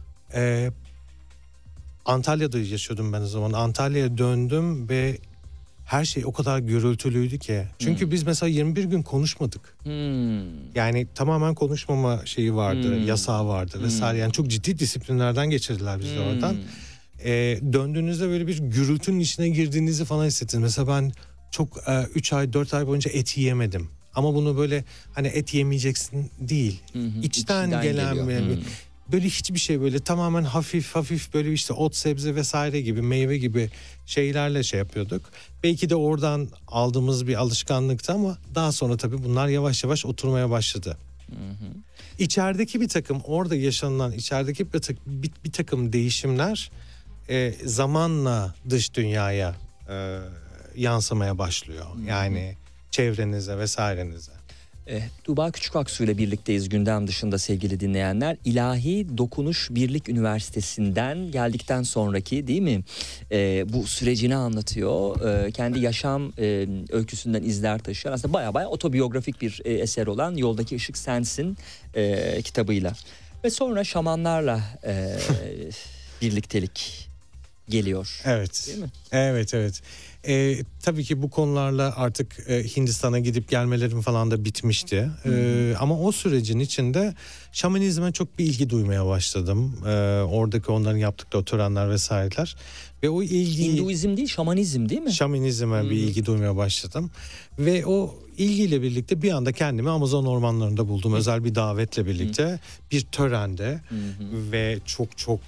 Antalya'da yaşıyordum ben o zaman. Antalya'ya döndüm ve her şey o kadar gürültülüydü ki. Çünkü biz mesela 21 gün konuşmadık. Yani tamamen konuşmama şeyi vardı, yasağı vardı vesaire. Yani çok ciddi disiplinlerden geçirdiler bizi oradan. Döndüğünüzde böyle bir gürültünün içine girdiğinizi falan hissettiniz. Mesela ben çok 3 ay 4 ay boyunca et yiyemedim. Ama bunu böyle hani et yemeyeceksin değil. İçten gelen böyle hiçbir şey, böyle tamamen hafif böyle işte ot, sebze vesaire gibi, meyve gibi şeylerle şey yapıyorduk. Belki de oradan aldığımız bir alışkanlıktı ama daha sonra tabii bunlar yavaş yavaş oturmaya başladı. İçerideki bir takım, orada yaşanılan içerideki bir takım değişimler zamanla dış dünyaya yansımaya başlıyor. Yani çevrenize vesairenize. Tuğba Küçükaksu ile birlikteyiz gündem dışında sevgili dinleyenler. İlahi Dokunuş Birlik Üniversitesi'nden geldikten sonraki, değil mi? Bu sürecini anlatıyor. Kendi yaşam öyküsünden izler taşıyan, aslında baya otobiyografik bir eser olan Yoldaki Işık Sensin kitabıyla. Ve sonra şamanlarla birliktelik geliyor. Evet. Değil mi? Evet. Tabii ki bu konularla artık Hindistan'a gidip gelmelerim falan da bitmişti. Ama o sürecin içinde şamanizme çok bir ilgi duymaya başladım. Oradaki onların yaptıkları törenler vesaireler. Ve o ilgi... Hinduizm değil, şamanizm değil mi? Şamanizme bir ilgi duymaya başladım. Ve o ilgiyle birlikte bir anda kendimi Amazon ormanlarında buldum. Özel bir davetle birlikte bir törende ve çok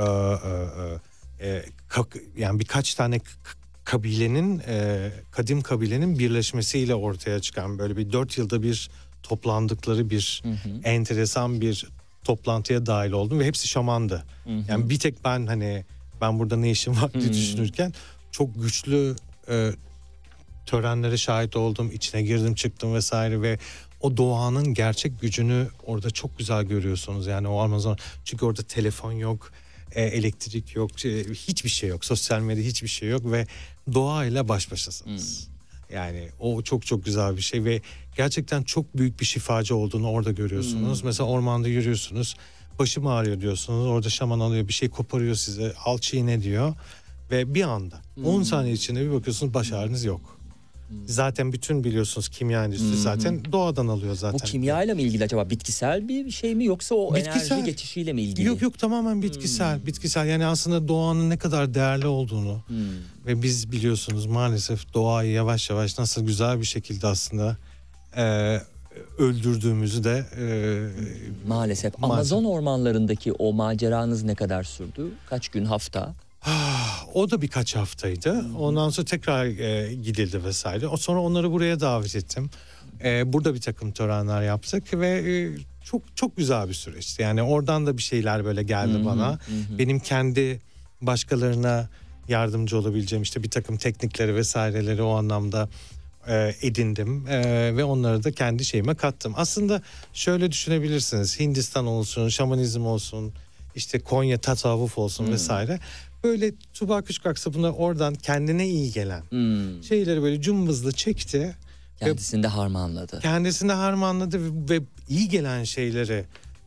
yani birkaç tane kabilenin, kadim kabilenin birleşmesiyle ortaya çıkan böyle bir 4 yılda bir toplandıkları bir enteresan bir toplantıya dahil oldum ve hepsi şamandı. Yani bir tek ben burada ne işim var diye düşünürken çok güçlü törenlere şahit oldum, içine girdim çıktım vesaire ve o doğanın gerçek gücünü orada çok güzel görüyorsunuz. Yani o Amazon, çünkü orada telefon yok, elektrik yok, hiçbir şey yok, sosyal medya hiçbir şey yok ve doğayla baş başasınız. Yani o çok güzel bir şey ve gerçekten çok büyük bir şifacı olduğunu orada görüyorsunuz. Mesela ormanda yürüyorsunuz, başım ağrıyor diyorsunuz, orada şaman alıyor bir şey koparıyor size, al çiğne diyor ve bir anda 10 saniye içinde bir bakıyorsunuz baş ağrınız yok. Zaten bütün biliyorsunuz kimya endüstrisi zaten doğadan alıyor zaten. Bu kimyayla mı ilgili acaba? Bitkisel bir şey mi yoksa o enerji geçişiyle mi ilgili? Yok tamamen bitkisel. Yani aslında doğanın ne kadar değerli olduğunu ve biz biliyorsunuz maalesef doğayı yavaş yavaş nasıl güzel bir şekilde aslında öldürdüğümüzü de maalesef. Amazon ormanlarındaki o maceranız ne kadar sürdü? Kaç gün, hafta? O da birkaç haftaydı. Ondan sonra tekrar gidildi vesaire. Sonra onları buraya davet ettim. Burada bir takım törenler yaptık ve çok güzel bir süreçti. Yani oradan da bir şeyler böyle geldi bana. Benim kendi başkalarına yardımcı olabileceğim işte bir takım teknikleri vesaireleri o anlamda edindim ve onları da kendi şeyime kattım. Aslında şöyle düşünebilirsiniz. Hindistan olsun, şamanizm olsun, işte Konya tasavvuf olsun vesaire. Böyle Tuğba Küçükaksu bunlar oradan kendine iyi gelen şeyleri böyle cımbızla çekti. Kendisinde harmanladı. Kendisinde harmanladı ve iyi gelen şeyleri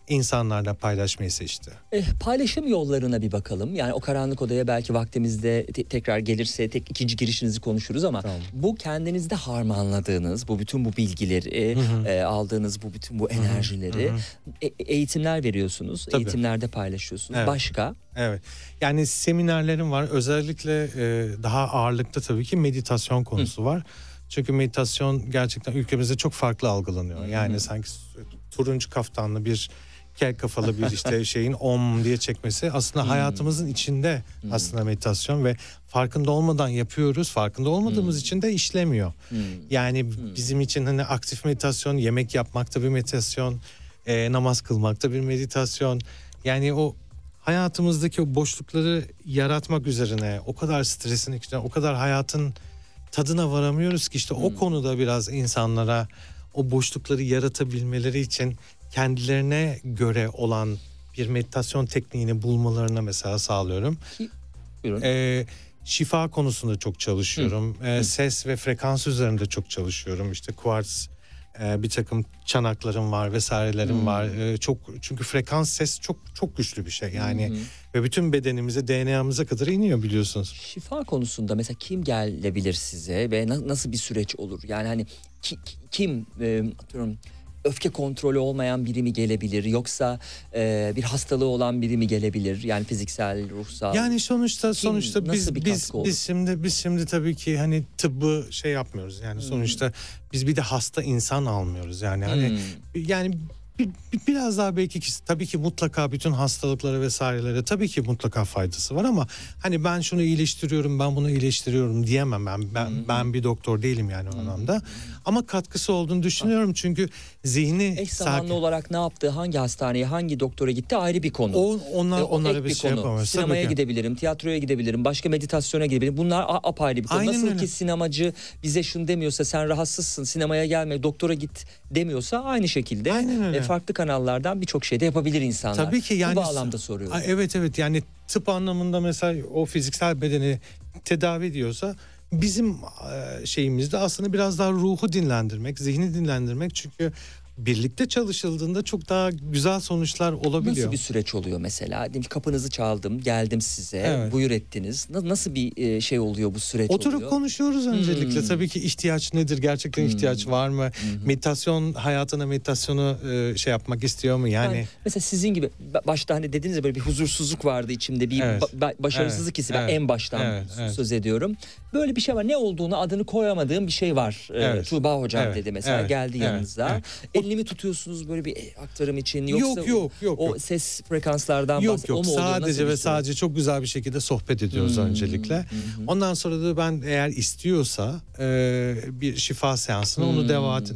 insanlarla paylaşmayı seçti. Paylaşım yollarına bir bakalım. Yani o karanlık odaya belki vaktimizde tekrar gelirse ikinci girişinizi konuşuruz ama Tamam. bu kendinizde harmanladığınız, bu bütün bu bilgileri, aldığınız bu bütün bu enerjileri eğitimler veriyorsunuz. Tabii. Eğitimlerde paylaşıyorsunuz. Evet. Başka? Evet. Yani seminerlerim var. Özellikle daha ağırlıkta tabii ki meditasyon konusu var. Çünkü meditasyon gerçekten ülkemizde çok farklı algılanıyor. Yani sanki turuncu kaftanlı bir kel kafalı bir işte şeyin om diye çekmesi aslında hayatımızın içinde aslında meditasyon ve farkında olmadan yapıyoruz. Farkında olmadığımız için de işlemiyor. Yani bizim için hani aktif meditasyon, yemek yapmakta bir meditasyon, namaz kılmakta bir meditasyon. Yani o hayatımızdaki o boşlukları yaratmak üzerine o kadar stresin içinde, o kadar hayatın tadına varamıyoruz ki işte o konuda biraz insanlara o boşlukları yaratabilmeleri için kendilerine göre olan bir meditasyon tekniğini bulmalarına mesela sağlıyorum. Buyurun. Şifa konusunda çok çalışıyorum. Ses ve frekans üzerinde çok çalışıyorum. İşte kuartz, bir takım çanaklarım var vesairelerim var. Çok çünkü frekans ses çok güçlü bir şey yani ve bütün bedenimize, DNA'mıza kadar iniyor biliyorsunuz. Şifa konusunda mesela kim gelebilir size ve nasıl bir süreç olur? Yani hani kim atıyorum öfke kontrolü olmayan biri mi gelebilir yoksa bir hastalığı olan biri mi gelebilir? Yani fiziksel, ruhsal. Yani sonuçta biz şimdi tabii ki hani tıbbı şey yapmıyoruz. Yani sonuçta biz bir de hasta insan almıyoruz. Yani hani yani biraz daha belki tabii ki mutlaka bütün hastalıklara vesairelere tabii ki mutlaka faydası var ama hani ben şunu iyileştiriyorum, ben bunu iyileştiriyorum diyemem. Ben bir doktor değilim yani o anlamda. Ama katkısı olduğunu düşünüyorum çünkü zihni eş zamanlı olarak ne yaptığı, hangi hastaneye, hangi doktora gitti ayrı bir konu. Onlara bir şey yapamıyoruz. Sinemaya gidebilirim, tiyatroya gidebilirim, başka meditasyona gidebilirim. Bunlar apayrı bir konu. Aynen Nasıl öyle. ki sinemacı bize şunu demiyorsa, sen rahatsızsın, sinemaya gelme, doktora git demiyorsa aynı şekilde Aynen öyle. farklı kanallardan birçok şey de yapabilir insanlar. Tabii ki yani bu bağlamda soruyorum. Evet yani tıp anlamında mesela o fiziksel bedeni tedavi ediyorsa bizim şeyimizde aslında biraz daha ruhu dinlendirmek, zihni dinlendirmek çünkü birlikte çalışıldığında çok daha güzel sonuçlar olabiliyor. Nasıl bir süreç oluyor mesela? Diyelim ki kapınızı çaldım, geldim size, Evet. buyur ettiniz. Nasıl bir şey oluyor bu süreç Oturup oluyor? konuşuyoruz öncelikle. Tabii ki ihtiyaç nedir? Gerçekten ihtiyaç var mı? Meditasyon hayatına meditasyonu şey yapmak istiyor mu? Yani mesela sizin gibi başta hani dediniz ya böyle bir huzursuzluk vardı içimde, bir Evet. başarısızlık hissi. Ben Evet. en baştan Evet. söz ediyorum. Böyle bir şey var. Ne olduğunu adını koyamadığım bir şey var. Evet. Tuğba hocam Evet. dedi mesela, Evet. geldi Evet. yanınıza. Evet. Elini mi tutuyorsunuz böyle bir aktarım için yoksa Yok. o ses frekanslardan Yok o mu oluyor? Nasıl sadece bir ve şey? sadece çok güzel bir şekilde sohbet ediyoruz öncelikle. Ondan sonra da ben eğer istiyorsa bir şifa seansına onu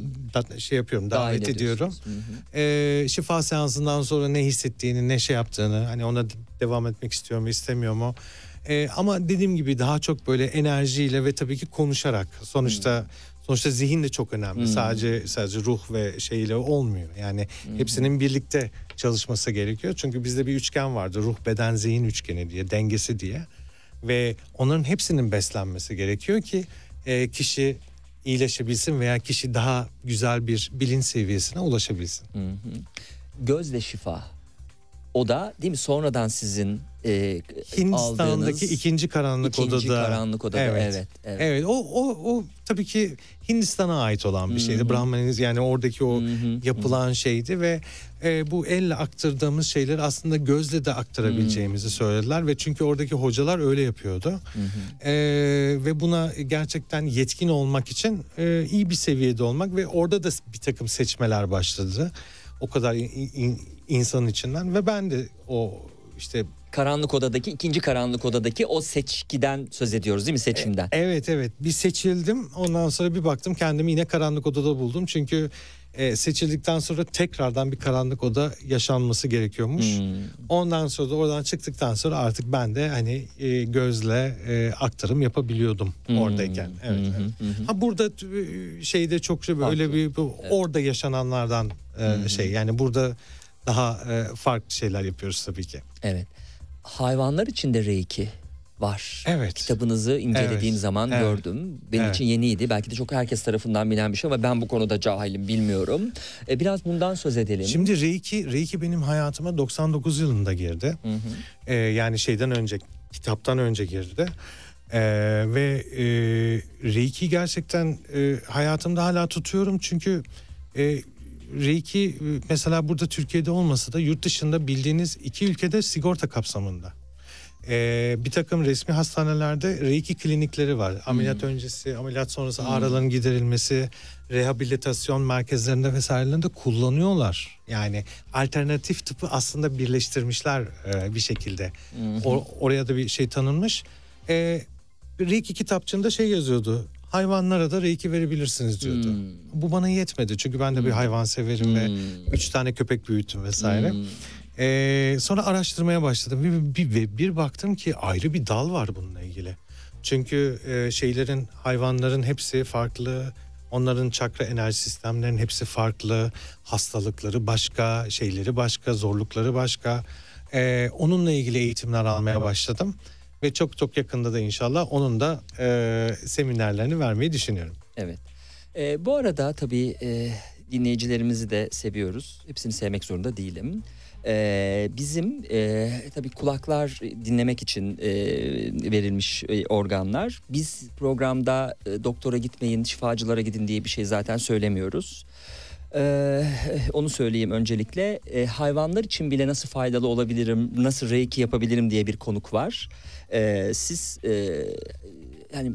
şey yapıyorum, Dahil davet ediyorum. ediyorsunuz. Şifa seansından sonra ne hissettiğini, ne şey yaptığını, hani ona devam etmek istiyor mu, istemiyor mu? Ama dediğim gibi daha çok böyle enerjiyle ve tabii ki konuşarak. Sonuçta zihin de çok önemli. Sadece ruh ve şeyle olmuyor. Yani hepsinin birlikte çalışması gerekiyor. Çünkü bizde bir üçgen vardı. Ruh, beden, zihin üçgeni diye, dengesi diye. Ve onların hepsinin beslenmesi gerekiyor ki kişi iyileşebilsin veya kişi daha güzel bir bilinç seviyesine ulaşabilsin. Gözle şifa. O da değil mi sonradan sizin Hindistan'daki aldığınız ikinci karanlık odada. Evet. O tabii ki Hindistan'a ait olan bir şeydi. Brahmaniniz yani oradaki o yapılan şeydi ve bu elle aktardığımız şeyleri aslında gözle de aktarabileceğimizi söylediler ve çünkü oradaki hocalar öyle yapıyordu. Ve buna gerçekten yetkin olmak için iyi bir seviyede olmak ve orada da bir takım seçmeler başladı. O kadar insanın içinden ve ben de o işte ikinci karanlık odadaki o seçkiden söz ediyoruz değil mi, seçimden? Evet bir seçildim, ondan sonra bir baktım kendimi yine karanlık odada buldum çünkü seçildikten sonra tekrardan bir karanlık oda yaşanması gerekiyormuş. Ondan sonra da oradan çıktıktan sonra artık ben de hani gözle aktarım yapabiliyordum oradayken. Evet. Ha burada şeyde çok öyle bir orada yaşananlardan şey yani burada daha farklı şeyler yapıyoruz tabii ki. Evet. Hayvanlar için de Reiki var. Evet. Kitabınızı incelediğim Evet. zaman Evet. gördüm. Benim Evet. için yeniydi. Belki de çok herkes tarafından bilinen bir şey ama ben bu konuda cahilim, bilmiyorum. Biraz bundan söz edelim. Şimdi Reiki benim hayatıma 99 yılında girdi. Yani şeyden önce, kitaptan önce girdi. Ve Reiki gerçekten hayatımda hala tutuyorum. Çünkü Reiki mesela burada Türkiye'de olmasa da yurt dışında bildiğiniz 2 ülkede sigorta kapsamında. Bir takım resmi hastanelerde Reiki klinikleri var. Ameliyat öncesi, ameliyat sonrası ağrıların giderilmesi, rehabilitasyon merkezlerinde vesairelerinde kullanıyorlar. Yani alternatif tıpı aslında birleştirmişler bir şekilde. Oraya da bir şey tanınmış. Reiki kitapçığında şey yazıyordu. Hayvanlara da Reiki verebilirsiniz diyordu. Bu bana yetmedi çünkü ben de bir hayvan severim ve 3 tane köpek büyüttüm vesaire. Sonra araştırmaya başladım. Bir baktım ki ayrı bir dal var bununla ilgili. Çünkü hayvanların hepsi farklı. Onların çakra enerji sistemlerinin hepsi farklı. Hastalıkları başka, şeyleri başka, zorlukları başka. Onunla ilgili eğitimler almaya başladım. Ve çok çok yakında da inşallah onun da seminerlerini vermeyi düşünüyorum. Evet. Bu arada tabii dinleyicilerimizi de seviyoruz. Hepsini sevmek zorunda değilim. Bizim tabii kulaklar dinlemek için verilmiş organlar. Biz programda doktora gitmeyin, şifacılara gidin diye bir şey zaten söylemiyoruz. Onu söyleyeyim öncelikle. Hayvanlar için bile nasıl faydalı olabilirim, nasıl reiki yapabilirim diye bir konuk var. Siz yani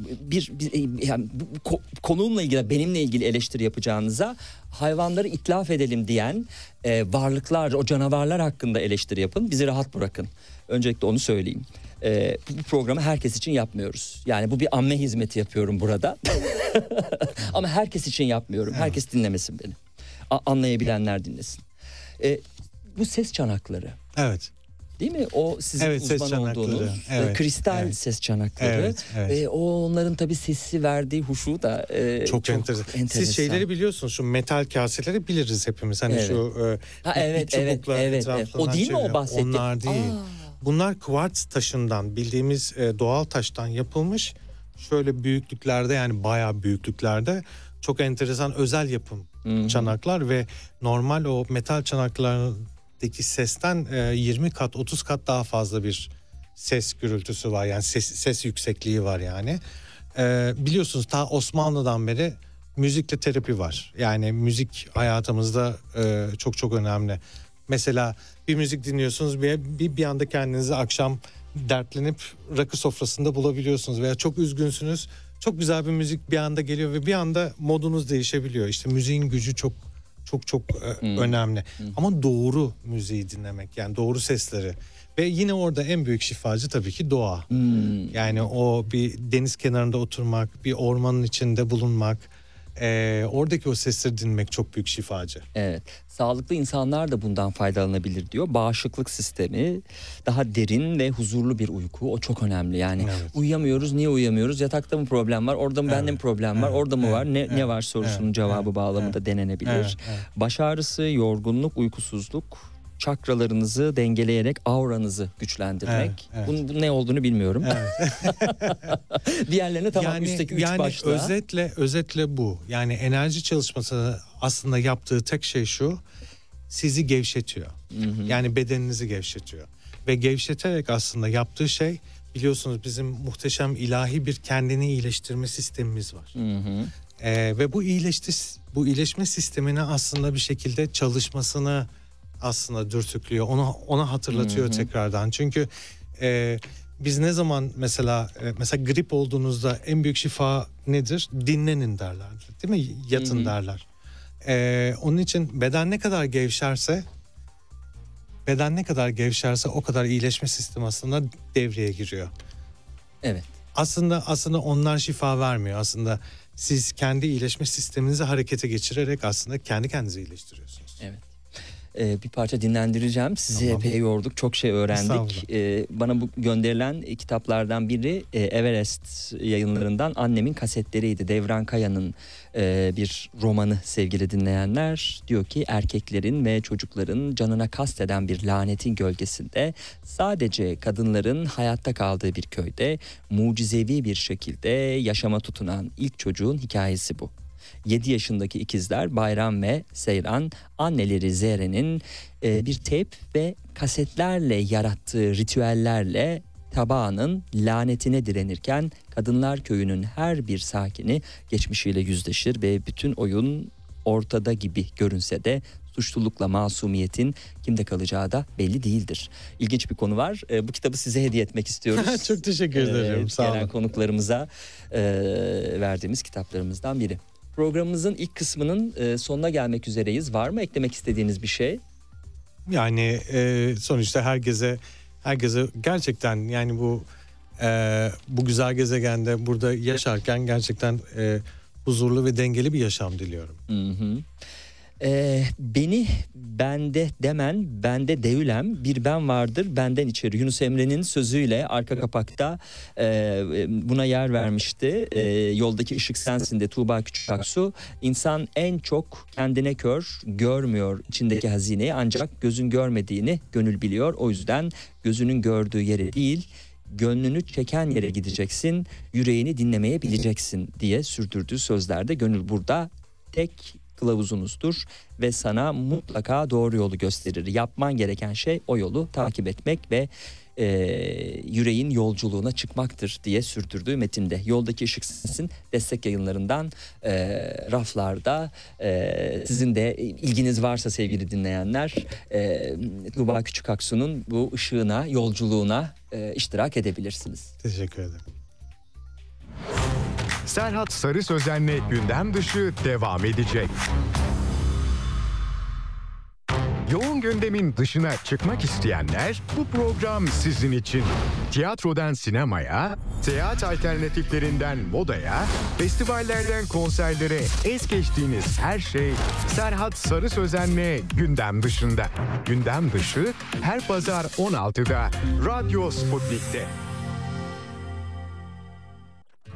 konuğumla ilgili, benimle ilgili eleştiri yapacağınıza hayvanları itlaf edelim diyen varlıklar, o canavarlar hakkında eleştiri yapın. Bizi rahat bırakın. Öncelikle onu söyleyeyim. Bu programı herkes için yapmıyoruz. Yani bu bir amme hizmeti yapıyorum burada. Ama herkes için yapmıyorum. Herkes dinlemesin beni. Anlayabilenler dinlesin. Bu ses çanakları. Evet. Değil mi? O sizin uzman olduğunuz kristal ses çanakları. Evet. Onların tabii sesi verdiği huşu da çok enteresan. Siz şeyleri biliyorsunuz, şu metal kaseleri biliriz hepimiz. Hani şu çubuklar etrafından O değil mi o bahsettiğim? Onlar değil. Bunlar kvarts taşından, bildiğimiz doğal taştan yapılmış. Şöyle büyüklüklerde, yani bayağı büyüklüklerde çok enteresan özel yapım çanaklar ve normal o metal çanaklardaki sesten 20 kat 30 kat daha fazla bir ses gürültüsü var, yani ses yüksekliği var yani. Biliyorsunuz ta Osmanlı'dan beri müzikle terapi var. Yani müzik hayatımızda çok çok önemli. Mesela bir müzik dinliyorsunuz bir anda kendinizi akşam dertlenip rakı sofrasında bulabiliyorsunuz veya çok üzgünsünüz. Çok güzel bir müzik bir anda geliyor ve bir anda modunuz değişebiliyor. İşte müziğin gücü çok önemli. Ama doğru müziği dinlemek, yani doğru sesleri. Ve yine orada en büyük şifacı tabii ki doğa. Yani o bir deniz kenarında oturmak, bir ormanın içinde bulunmak, oradaki o sesleri dinlemek çok büyük şifacı. Evet. Sağlıklı insanlar da bundan faydalanabilir diyor. Bağışıklık sistemi, daha derin ve huzurlu bir uyku, o çok önemli. Yani uyuyamıyoruz, niye uyuyamıyoruz? Yatakta mı problem var? Orada mı bende mi problem var? Orada mı var? Ne var sorusunun cevabı bağlamında denenebilir. Baş ağrısı, yorgunluk, uykusuzluk, çakralarınızı dengeleyerek auranızı güçlendirmek. Bunun ne olduğunu bilmiyorum. Diğerlerine tamam, üstteki 3 başlığa. Özetle bu. Yani enerji çalışması aslında yaptığı tek şey şu: sizi gevşetiyor. Yani bedeninizi gevşetiyor. Ve gevşeterek aslında yaptığı şey, biliyorsunuz bizim muhteşem ilahi bir kendini iyileştirme sistemimiz var. Ve bu iyileşme sistemine aslında bir şekilde çalışmasını aslında dürtüklüyor. Ona hatırlatıyor tekrardan. Çünkü biz ne zaman mesela grip olduğunuzda en büyük şifa nedir? Dinlenin derler. Değil mi? Yatın derler. Onun için beden ne kadar gevşerse o kadar iyileşme sistemi aslında devreye giriyor. Evet. Aslında onlar şifa vermiyor. Aslında siz kendi iyileşme sisteminizi harekete geçirerek aslında kendi kendinizi iyileştiriyorsunuz. Evet. bir parça dinlendireceğim. Sizi Tamam. epey yorduk. Çok şey öğrendik. Estağfurullah. Bana bu gönderilen kitaplardan biri Everest yayınlarından Annemin Kasetleriydi. Devran Kaya'nın bir romanı sevgili dinleyenler. Diyor ki erkeklerin ve çocukların canına kasteden bir lanetin gölgesinde sadece kadınların hayatta kaldığı bir köyde mucizevi bir şekilde yaşama tutunan ilk çocuğun hikayesi bu. 7 yaşındaki ikizler Bayram ve Seyran anneleri Zehre'nin bir teyp ve kasetlerle yarattığı ritüellerle tabağının lanetine direnirken Kadınlar Köyü'nün her bir sakini geçmişiyle yüzleşir ve bütün oyun ortada gibi görünse de suçlulukla masumiyetin kimde kalacağı da belli değildir. İlginç bir konu var. Bu kitabı size hediye etmek istiyoruz. Çok teşekkür ederim. Sağ Gelen olun. konuklarımıza verdiğimiz kitaplarımızdan biri. Programımızın ilk kısmının sonuna gelmek üzereyiz. Var mı eklemek istediğiniz bir şey? Yani sonuçta herkese gerçekten yani bu güzel gezegende burada yaşarken gerçekten huzurlu ve dengeli bir yaşam diliyorum. Hı. Beni bende demen, bende değülem, bir ben vardır benden içeri. Yunus Emre'nin sözüyle arka kapakta buna yer vermişti. Yoldaki ışık sensin de Tuğba Küçükaksu. İnsan en çok kendine kör, görmüyor içindeki hazineyi, ancak gözün görmediğini gönül biliyor. O yüzden gözünün gördüğü yere değil, gönlünü çeken yere gideceksin, yüreğini dinlemeye bileceksin diye sürdürdüğü sözlerde gönül burada tek kılavuzunuzdur ve sana mutlaka doğru yolu gösterir. Yapman gereken şey o yolu takip etmek ve yüreğin yolculuğuna çıkmaktır diye sürdürdüğü metinde. Yoldaki Işık Sensin destek yayınlarından raflarda. Sizin de ilginiz varsa sevgili dinleyenler, Tuğba Küçükaksu'nun bu ışığına, yolculuğuna iştirak edebilirsiniz. Teşekkür ederim. Serhat Sarı Sözen'le gündem dışı devam edecek. Yoğun gündemin dışına çıkmak isteyenler, bu program sizin için. Tiyatrodan sinemaya, seyahat alternatiflerinden modaya, festivallerden konserlere es geçtiğiniz her şey Serhat Sarı Sözen'le gündem dışında. Gündem dışı her pazar 16'da Radyo Sputnik'te.